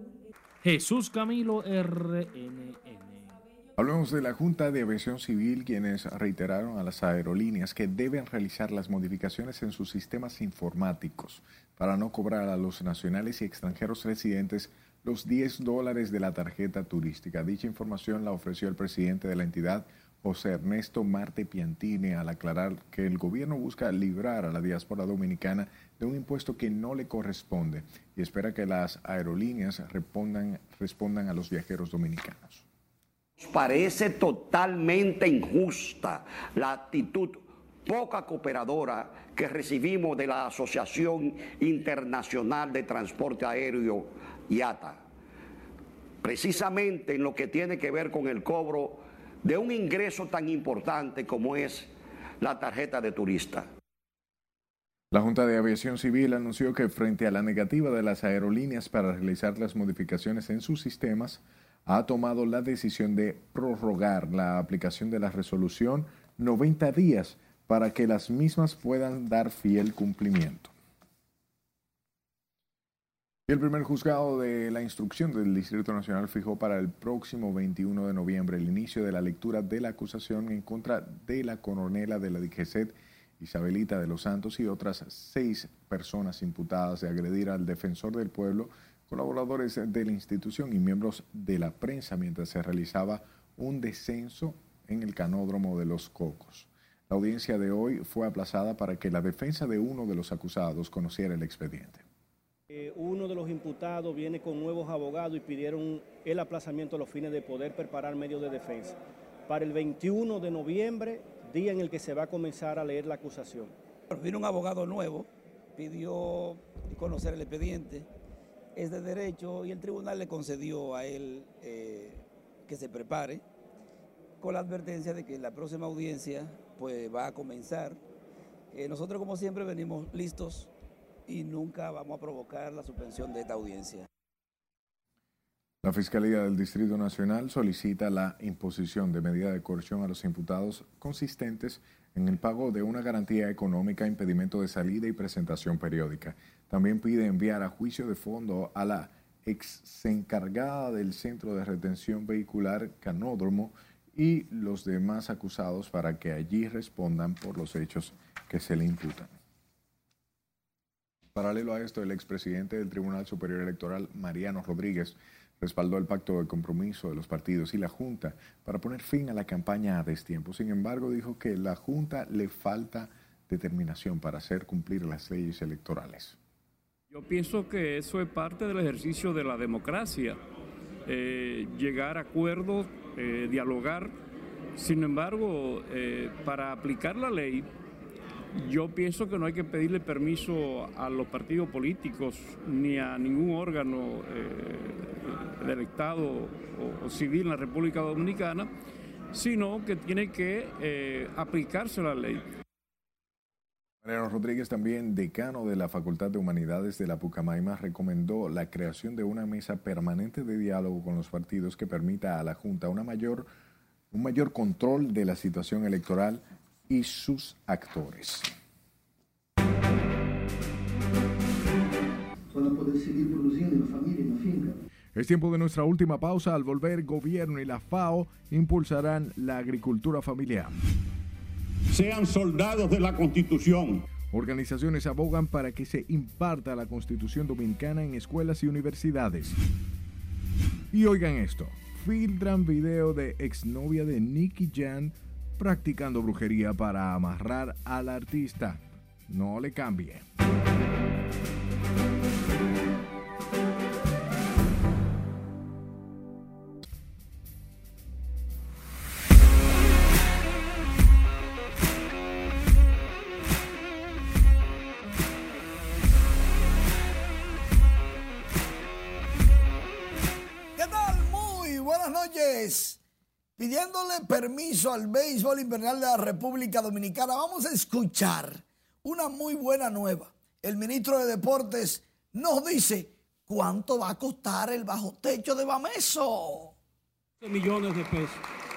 Jesús Camilo, RNN. Hablamos de la Junta de Aviación Civil, quienes reiteraron a las aerolíneas que deben realizar las modificaciones en sus sistemas informáticos para no cobrar a los nacionales y extranjeros residentes los $10 de la tarjeta turística. Dicha información la ofreció el presidente de la entidad, José Ernesto Marte Piantini, al aclarar que el gobierno busca librar a la diáspora dominicana de un impuesto que no le corresponde y espera que las aerolíneas respondan a los viajeros dominicanos. Nos parece totalmente injusta la actitud poca cooperadora que recibimos de la Asociación Internacional de Transporte Aéreo, IATA, precisamente en lo que tiene que ver con el cobro de un ingreso tan importante como es la tarjeta de turista. La Junta de Aviación Civil anunció que frente a la negativa de las aerolíneas para realizar las modificaciones en sus sistemas, ha tomado la decisión de prorrogar la aplicación de la resolución 90 días para que las mismas puedan dar fiel cumplimiento. Y el primer juzgado de la instrucción del Distrito Nacional fijó para el próximo 21 de noviembre el inicio de la lectura de la acusación en contra de la coronela de la DGCET, Isabelita de los Santos, y otras 6 personas imputadas de agredir al defensor del pueblo, colaboradores de la institución y miembros de la prensa mientras se realizaba un descenso en el canódromo de Los Cocos. La audiencia de hoy fue aplazada para que la defensa de uno de los acusados conociera el expediente. Uno de los imputados viene con nuevos abogados y pidieron el aplazamiento a los fines de poder preparar medios de defensa. Para el 21 de noviembre, día en el que se va a comenzar a leer la acusación. Vino un abogado nuevo, pidió conocer el expediente, es de derecho y el tribunal le concedió a él que se prepare con la advertencia de que la próxima audiencia pues va a comenzar. Nosotros como siempre venimos listos y nunca vamos a provocar la suspensión de esta audiencia. La Fiscalía del Distrito Nacional solicita la imposición de medida de coerción a los imputados consistentes en el pago de una garantía económica, impedimento de salida y presentación periódica. También pide enviar a juicio de fondo a la exencargada del Centro de Retención Vehicular Canódromo y los demás acusados para que allí respondan por los hechos que se le imputan. Paralelo a esto, el expresidente del Tribunal Superior Electoral, Mariano Rodríguez, respaldó el pacto de compromiso de los partidos y la Junta para poner fin a la campaña a destiempo. Sin embargo, dijo que a la Junta le falta determinación para hacer cumplir las leyes electorales. Yo pienso que eso es parte del ejercicio de la democracia, llegar a acuerdos, dialogar. Sin embargo, para aplicar la ley, yo pienso que no hay que pedirle permiso a los partidos políticos ni a ningún órgano del Estado o civil en la República Dominicana, sino que tiene que aplicarse la ley. Mariano Rodríguez, también decano de la Facultad de Humanidades de la Pucamaima, recomendó la creación de una mesa permanente de diálogo con los partidos que permita a la Junta un mayor control de la situación electoral y sus actores. Para poder seguir produciendo en la familia, en la finca. Es tiempo de nuestra última pausa. Al volver, gobierno y la FAO impulsarán la agricultura familiar. Sean soldados de la Constitución. Organizaciones abogan para que se imparta la Constitución Dominicana en escuelas y universidades. Y oigan esto, filtran video de exnovia de Nicky Jam practicando brujería para amarrar al artista. No le cambie. ¿Qué tal? Muy buenas noches. Pidiéndole permiso al béisbol invernal de la República Dominicana, vamos a escuchar una muy buena nueva. El ministro de Deportes nos dice cuánto va a costar el bajo techo de Bameso. Millones de pesos.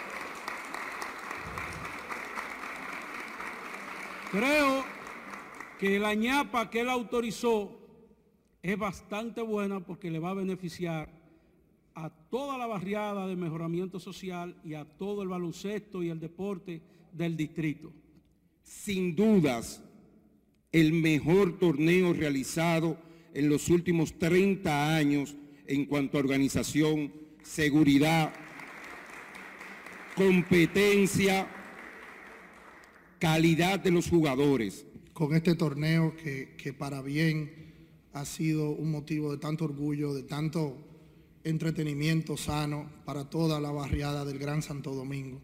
Creo que la ñapa que él autorizó es bastante buena porque le va a beneficiar a toda la barriada de mejoramiento social y a todo el baloncesto y el deporte del distrito. Sin dudas, el mejor torneo realizado en los últimos 30 años en cuanto a organización, seguridad, competencia, calidad de los jugadores. Con este torneo que para bien ha sido un motivo de tanto orgullo, de tanto entretenimiento sano para toda la barriada del Gran Santo Domingo.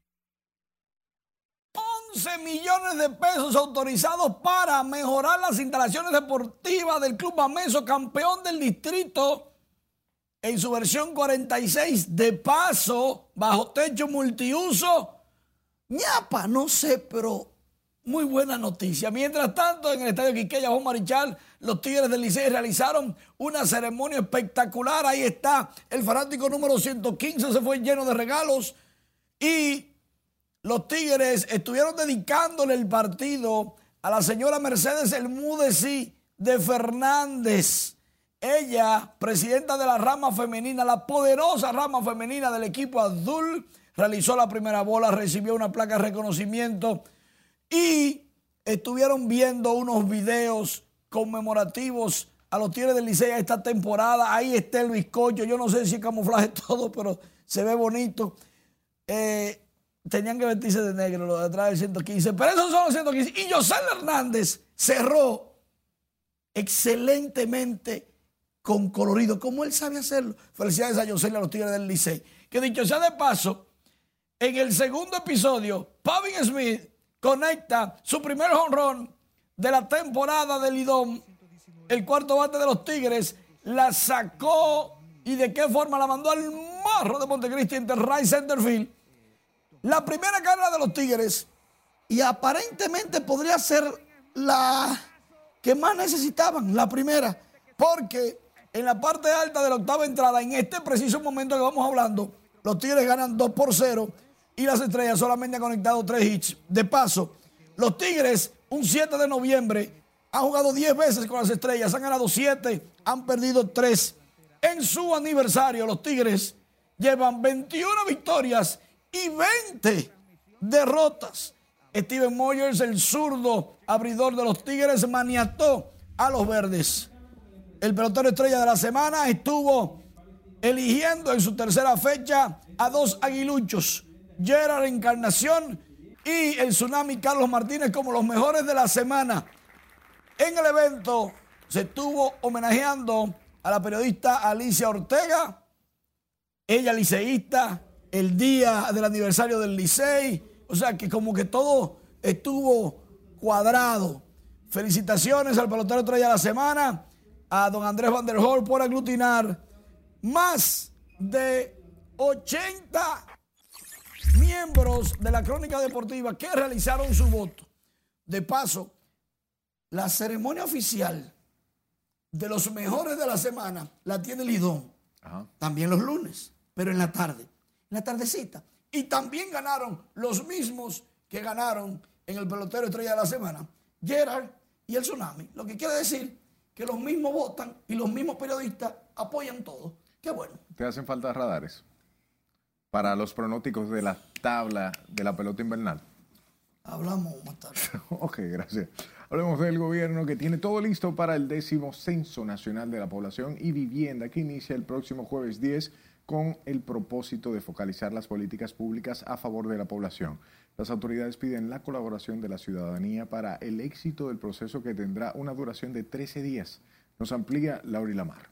11 millones de pesos autorizados para mejorar las instalaciones deportivas del Club Bameso, campeón del distrito en su versión 46, de paso, bajo techo multiuso. ñapa, no sé, pero muy buena noticia. Mientras tanto, en el estadio Quiqueya Juan Marichal, los Tigres del Licey realizaron una ceremonia espectacular. Ahí está el fanático número 115, se fue lleno de regalos. Y los Tigres estuvieron dedicándole el partido a la señora Mercedes El Mudeci de Fernández. Ella, presidenta de la rama femenina, la poderosa rama femenina del equipo azul, realizó la primera bola, recibió una placa de reconocimiento y estuvieron viendo unos videos conmemorativos a los Tigres del Licey esta temporada. Ahí está el bizcocho, yo no sé si es camuflaje todo, pero se ve bonito. Tenían que vestirse de negro los de atrás del 115, pero esos son los 115. Y José Hernández cerró excelentemente con colorido, como él sabe hacerlo. Felicidades a José y a los Tigres del Licey. Que dicho sea de paso, en el segundo episodio, Pavin Smith conecta su primer jonrón de la temporada del Lidón. El cuarto bate de los Tigres la sacó y de qué forma la mandó al marro de Montecristi entre right center field. La primera carrera de los Tigres, y aparentemente podría ser la que más necesitaban, la primera, porque en la parte alta de la octava entrada, en este preciso momento que vamos hablando, los Tigres ganan 2-0 y las Estrellas solamente han conectado 3 hits. De paso, los Tigres, un 7 de noviembre, han jugado 10 veces con las Estrellas, han ganado 7, han perdido 3. En su aniversario, los Tigres llevan 21 victorias y 20 derrotas. Steven Moyers, el zurdo abridor de los Tigres, maniató a los verdes. El pelotero estrella de la semana estuvo eligiendo en su tercera fecha a 2 aguiluchos, Gerard Encarnación y el Tsunami Carlos Martínez, como los mejores de la semana. En el evento se estuvo homenajeando a la periodista Alicia Ortega, ella liceísta, el día del aniversario del Licey, o sea que como que todo estuvo cuadrado. Felicitaciones al pelotero estrella de la semana, a don Andrés Van der Hoel, por aglutinar más de 80 miembros de la crónica deportiva que realizaron su voto. De paso, la ceremonia oficial de los mejores de la semana la tiene Lidón. También los lunes, pero en la tarde, en la tardecita. Y también ganaron los mismos que ganaron en el pelotero estrella de la semana, Gerard y el Tsunami. Lo que quiere decir que los mismos votan y los mismos periodistas apoyan todo. Qué bueno. ¿Te hacen falta radares para los pronósticos de la tabla de la pelota invernal? Hablamos más tarde. Ok, gracias. Hablemos del gobierno que tiene todo listo para el 10º Censo Nacional de la Población y Vivienda que inicia el próximo jueves 10 con el propósito de focalizar las políticas públicas a favor de la población. Las autoridades piden la colaboración de la ciudadanía para el éxito del proceso que tendrá una duración de 13 días. Nos amplía Lauri Lamar.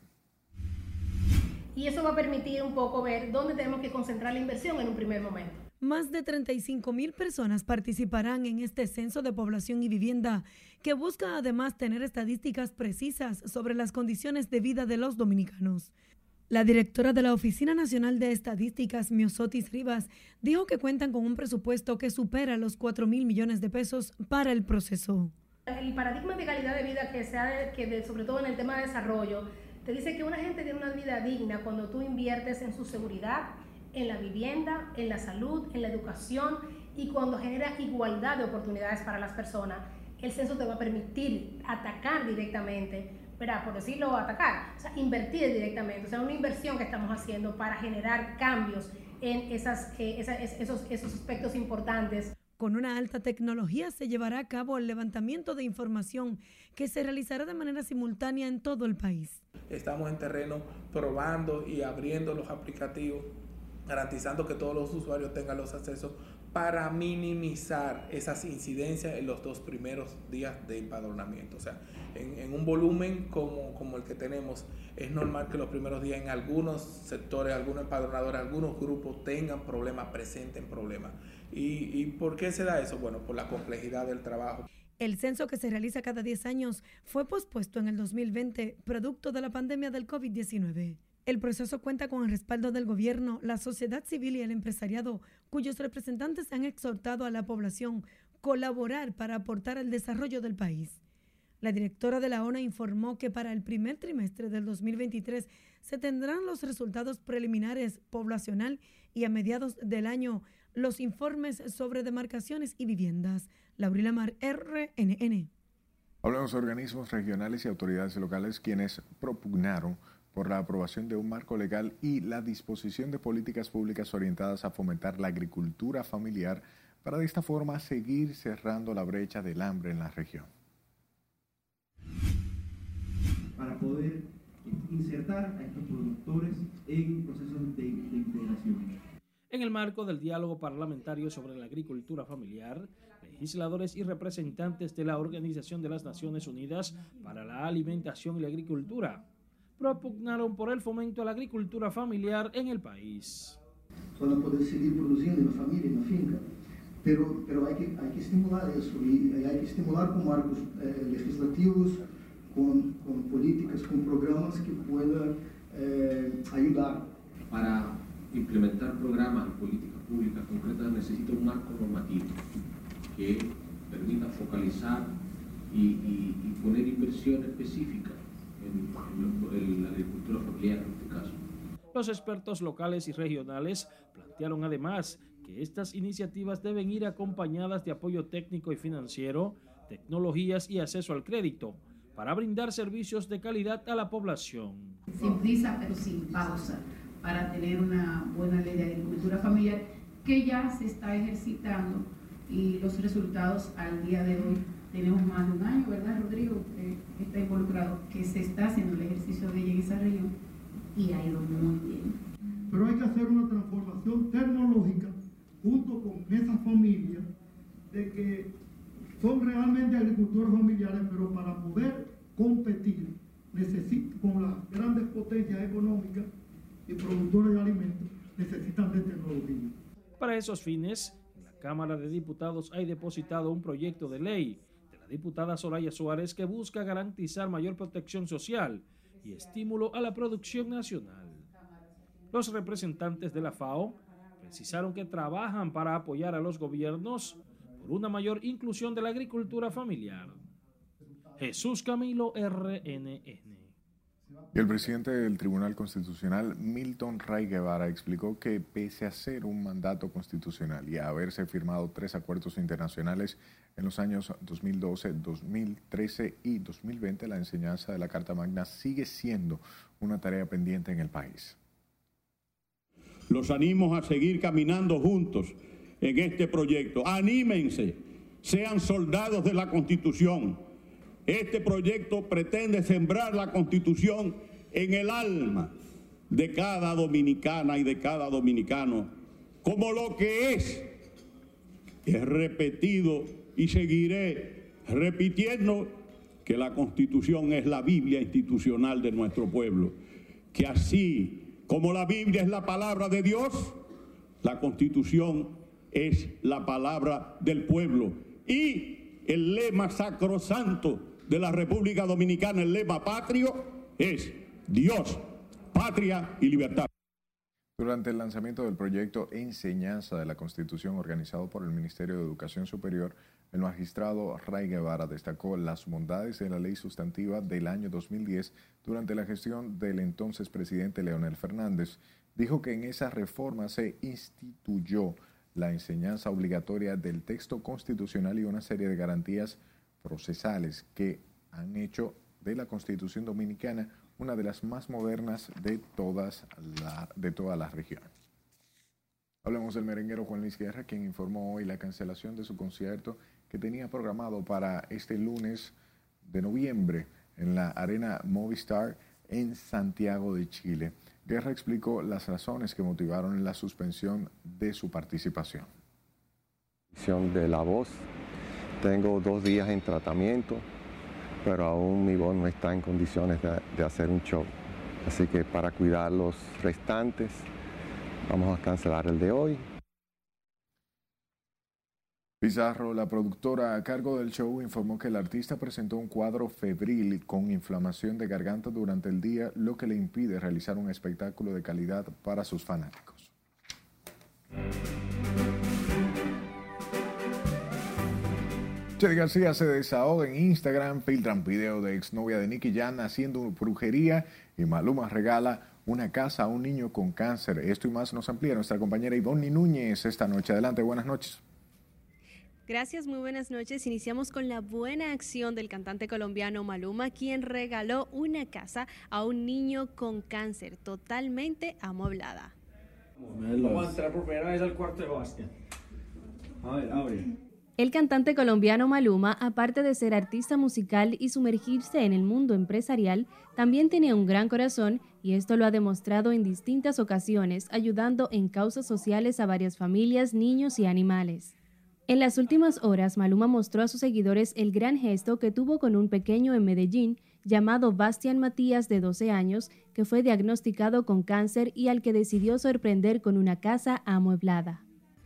Y eso va a permitir un poco ver dónde tenemos que concentrar la inversión en un primer momento. Más de 35,000 personas participarán en este censo de población y vivienda, que busca además tener estadísticas precisas sobre las condiciones de vida de los dominicanos. La directora de la Oficina Nacional de Estadísticas, Miosotis Rivas, dijo que cuentan con un presupuesto que supera los 4,000 millones de pesos para el proceso. El paradigma de calidad de vida sobre todo en el tema de desarrollo, te dice que una gente tiene una vida digna cuando tú inviertes en su seguridad, en la vivienda, en la salud, en la educación y cuando genera igualdad de oportunidades para las personas. El censo te va a permitir atacar directamente, ¿verdad? Por decirlo, atacar, o sea, invertir directamente, o sea, una inversión que estamos haciendo para generar cambios en esos aspectos importantes. Con una alta tecnología se llevará a cabo el levantamiento de información que se realizará de manera simultánea en todo el país. Estamos en terreno probando y abriendo los aplicativos garantizando que todos los usuarios tengan los accesos para minimizar esas incidencias en los 2 primeros días de empadronamiento. O sea, en un volumen como el que tenemos, es normal que los primeros días en algunos sectores, algunos empadronadores, algunos grupos tengan problemas, presenten problemas. ¿Y por qué se da eso? Bueno, por la complejidad del trabajo. El censo, que se realiza cada 10 años, fue pospuesto en el 2020, producto de la pandemia del COVID-19. El proceso cuenta con el respaldo del gobierno, la sociedad civil y el empresariado, cuyos representantes han exhortado a la población colaborar para aportar al desarrollo del país. La directora de la ONA informó que para el primer trimestre del 2023 se tendrán los resultados preliminares poblacional y a mediados del año los informes sobre demarcaciones y viviendas. Laurila Mar, RNN. Hablamos de organismos regionales y autoridades locales quienes propugnaron por la aprobación de un marco legal y la disposición de políticas públicas orientadas a fomentar la agricultura familiar para de esta forma seguir cerrando la brecha del hambre en la región. Para poder insertar a estos productores en procesos de integración. En el marco del diálogo parlamentario sobre la agricultura familiar, legisladores y representantes de la Organización de las Naciones Unidas para la Alimentación y la Agricultura propugnaron por el fomento a la agricultura familiar en el país. Para poder seguir produciendo en la familia, en la finca. Pero hay que estimular eso y hay que estimular con marcos legislativos, con políticas, con programas que puedan ayudar. Para implementar programas y políticas públicas concretas necesita un marco normativo que permita focalizar y poner inversión específica en la agricultura familiar en este caso. Los expertos locales y regionales plantearon además que estas iniciativas deben ir acompañadas de apoyo técnico y financiero, tecnologías y acceso al crédito para brindar servicios de calidad a la población. Sin prisa pero sin pausa, para tener una buena ley de agricultura familiar que ya se está ejercitando y los resultados al día de hoy. Tenemos más de un año, ¿verdad, Rodrigo? Que está involucrado, que se está haciendo el ejercicio de ella en esa región y ha ido muy bien. Pero hay que hacer una transformación tecnológica junto con esas familias de que son realmente agricultores familiares, pero para poder competir con las grandes potencias económicas y productores de alimentos necesitan de tecnología. Para esos fines, en la Cámara de Diputados hay depositado un proyecto de ley de la diputada Soraya Suárez que busca garantizar mayor protección social y estímulo a la producción nacional. Los representantes de la FAO precisaron que trabajan para apoyar a los gobiernos por una mayor inclusión de la agricultura familiar. Jesús Camilo, RNN. Y el presidente del Tribunal Constitucional, Milton Ray Guevara, explicó que pese a ser un mandato constitucional y a haberse firmado 3 acuerdos internacionales en los años 2012, 2013 y 2020, la enseñanza de la Carta Magna sigue siendo una tarea pendiente en el país. Los animo a seguir caminando juntos en este proyecto. Anímense, sean soldados de la Constitución. Este proyecto pretende sembrar la Constitución en el alma de cada dominicana y de cada dominicano, como lo que es. He repetido y seguiré repitiendo que la Constitución es la Biblia institucional de nuestro pueblo, que así como la Biblia es la palabra de Dios, la Constitución es la palabra del pueblo. Y el lema sacrosanto de la República Dominicana, el lema patrio, es Dios, patria y libertad. Durante el lanzamiento del proyecto Enseñanza de la Constitución organizado por el Ministerio de Educación Superior, el magistrado Ray Guevara destacó las bondades de la ley sustantiva del año 2010 durante la gestión del entonces presidente Leonel Fernández. Dijo que en esa reforma se instituyó la enseñanza obligatoria del texto constitucional y una serie de garantías procesales que han hecho de la Constitución Dominicana una de las más modernas de toda la región. Hablemos del merenguero Juan Luis Guerra, quien informó hoy la cancelación de su concierto que tenía programado para este lunes de noviembre en la Arena Movistar en Santiago de Chile. Guerra explicó las razones que motivaron la suspensión de su participación. De la voz, tengo 2 días en tratamiento, pero aún mi voz no está en condiciones de hacer un show. Así que para cuidar los restantes, vamos a cancelar el de hoy. Pizarro, la productora a cargo del show, informó que el artista presentó un cuadro febril con inflamación de garganta durante el día, lo que le impide realizar un espectáculo de calidad para sus fanáticos. Chedi García se desahoga en Instagram, filtran video de exnovia de Nicky Jam haciendo brujería y Maluma regala una casa a un niño con cáncer. Esto y más nos amplía nuestra compañera Ivonne Núñez esta noche. Adelante, buenas noches. Gracias, muy buenas noches. Iniciamos con la buena acción del cantante colombiano Maluma, quien regaló una casa a un niño con cáncer totalmente amueblada. Vamos a entrar por primera vez al cuarto de básquet. A ver, abre. El cantante colombiano Maluma, aparte de ser artista musical y sumergirse en el mundo empresarial, también tiene un gran corazón y esto lo ha demostrado en distintas ocasiones, ayudando en causas sociales a varias familias, niños y animales. En las últimas horas, Maluma mostró a sus seguidores el gran gesto que tuvo con un pequeño en Medellín llamado Bastian Matías, de 12 años, que fue diagnosticado con cáncer y al que decidió sorprender con una casa amueblada.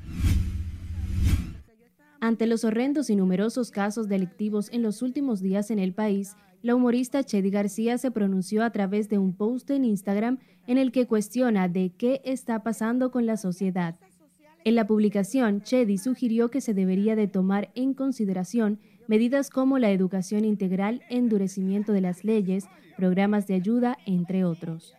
Ante los horrendos y numerosos casos delictivos en los últimos días en el país, la humorista Chedi García se pronunció a través de un post en Instagram en el que cuestiona de qué está pasando con la sociedad. En la publicación, Chedi sugirió que se debería de tomar en consideración medidas como la educación integral, endurecimiento de las leyes, programas de ayuda, entre otros.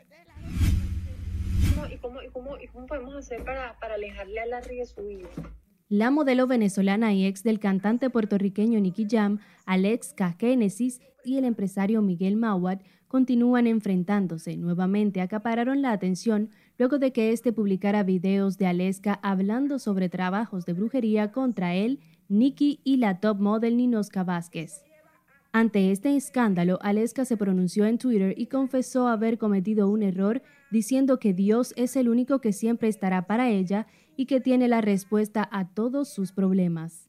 ¿Y cómo podemos hacer para alejarle a Larry de su vida? La modelo venezolana y ex del cantante puertorriqueño Nicky Jam, Aleska Genesis y el empresario Miguel Mauad continúan enfrentándose. Nuevamente acapararon la atención luego de que este publicara videos de Aleska hablando sobre trabajos de brujería contra él, Nicky y la top model Ninosca Vázquez. Ante este escándalo, Aleska se pronunció en Twitter y confesó haber cometido un error, diciendo que Dios es el único que siempre estará para ella y que tiene la respuesta a todos sus problemas.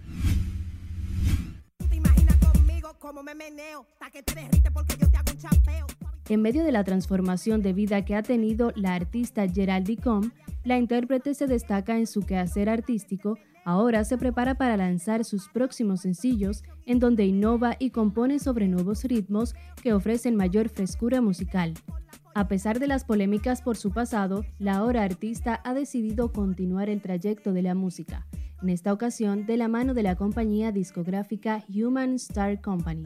En medio de la transformación de vida que ha tenido la artista Geraldine Com, la intérprete se destaca en su quehacer artístico. Ahora se prepara para lanzar sus próximos sencillos, en donde innova y compone sobre nuevos ritmos que ofrecen mayor frescura musical. A pesar de las polémicas por su pasado, la ahora artista ha decidido continuar el trayecto de la música, en esta ocasión de la mano de la compañía discográfica Human Star Company.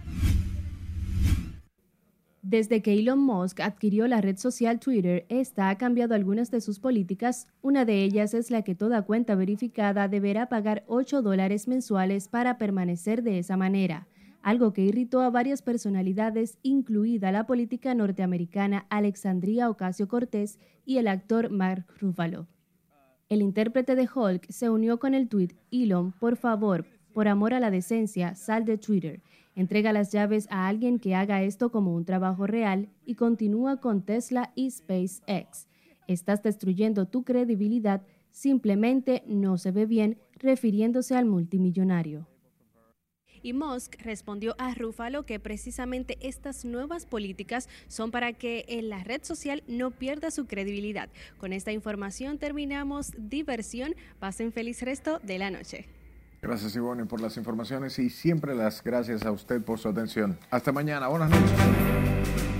Desde que Elon Musk adquirió la red social Twitter, esta ha cambiado algunas de sus políticas. Una de ellas es la que toda cuenta verificada deberá pagar $8 mensuales para permanecer de esa manera, algo que irritó a varias personalidades, incluida la política norteamericana Alexandria Ocasio-Cortez y el actor Mark Ruffalo. El intérprete de Hulk se unió con el tuit: Elon, por favor, por amor a la decencia, sal de Twitter. Entrega las llaves a alguien que haga esto como un trabajo real y continúa con Tesla y SpaceX. Estás destruyendo tu credibilidad, simplemente no se ve bien, refiriéndose al multimillonario. Y Musk respondió a Ruffalo que precisamente estas nuevas políticas son para que en la red social no pierda su credibilidad. Con esta información terminamos Diversión. Pasen feliz resto de la noche. Gracias, Ivonne, por las informaciones y siempre las gracias a usted por su atención. Hasta mañana. Buenas noches.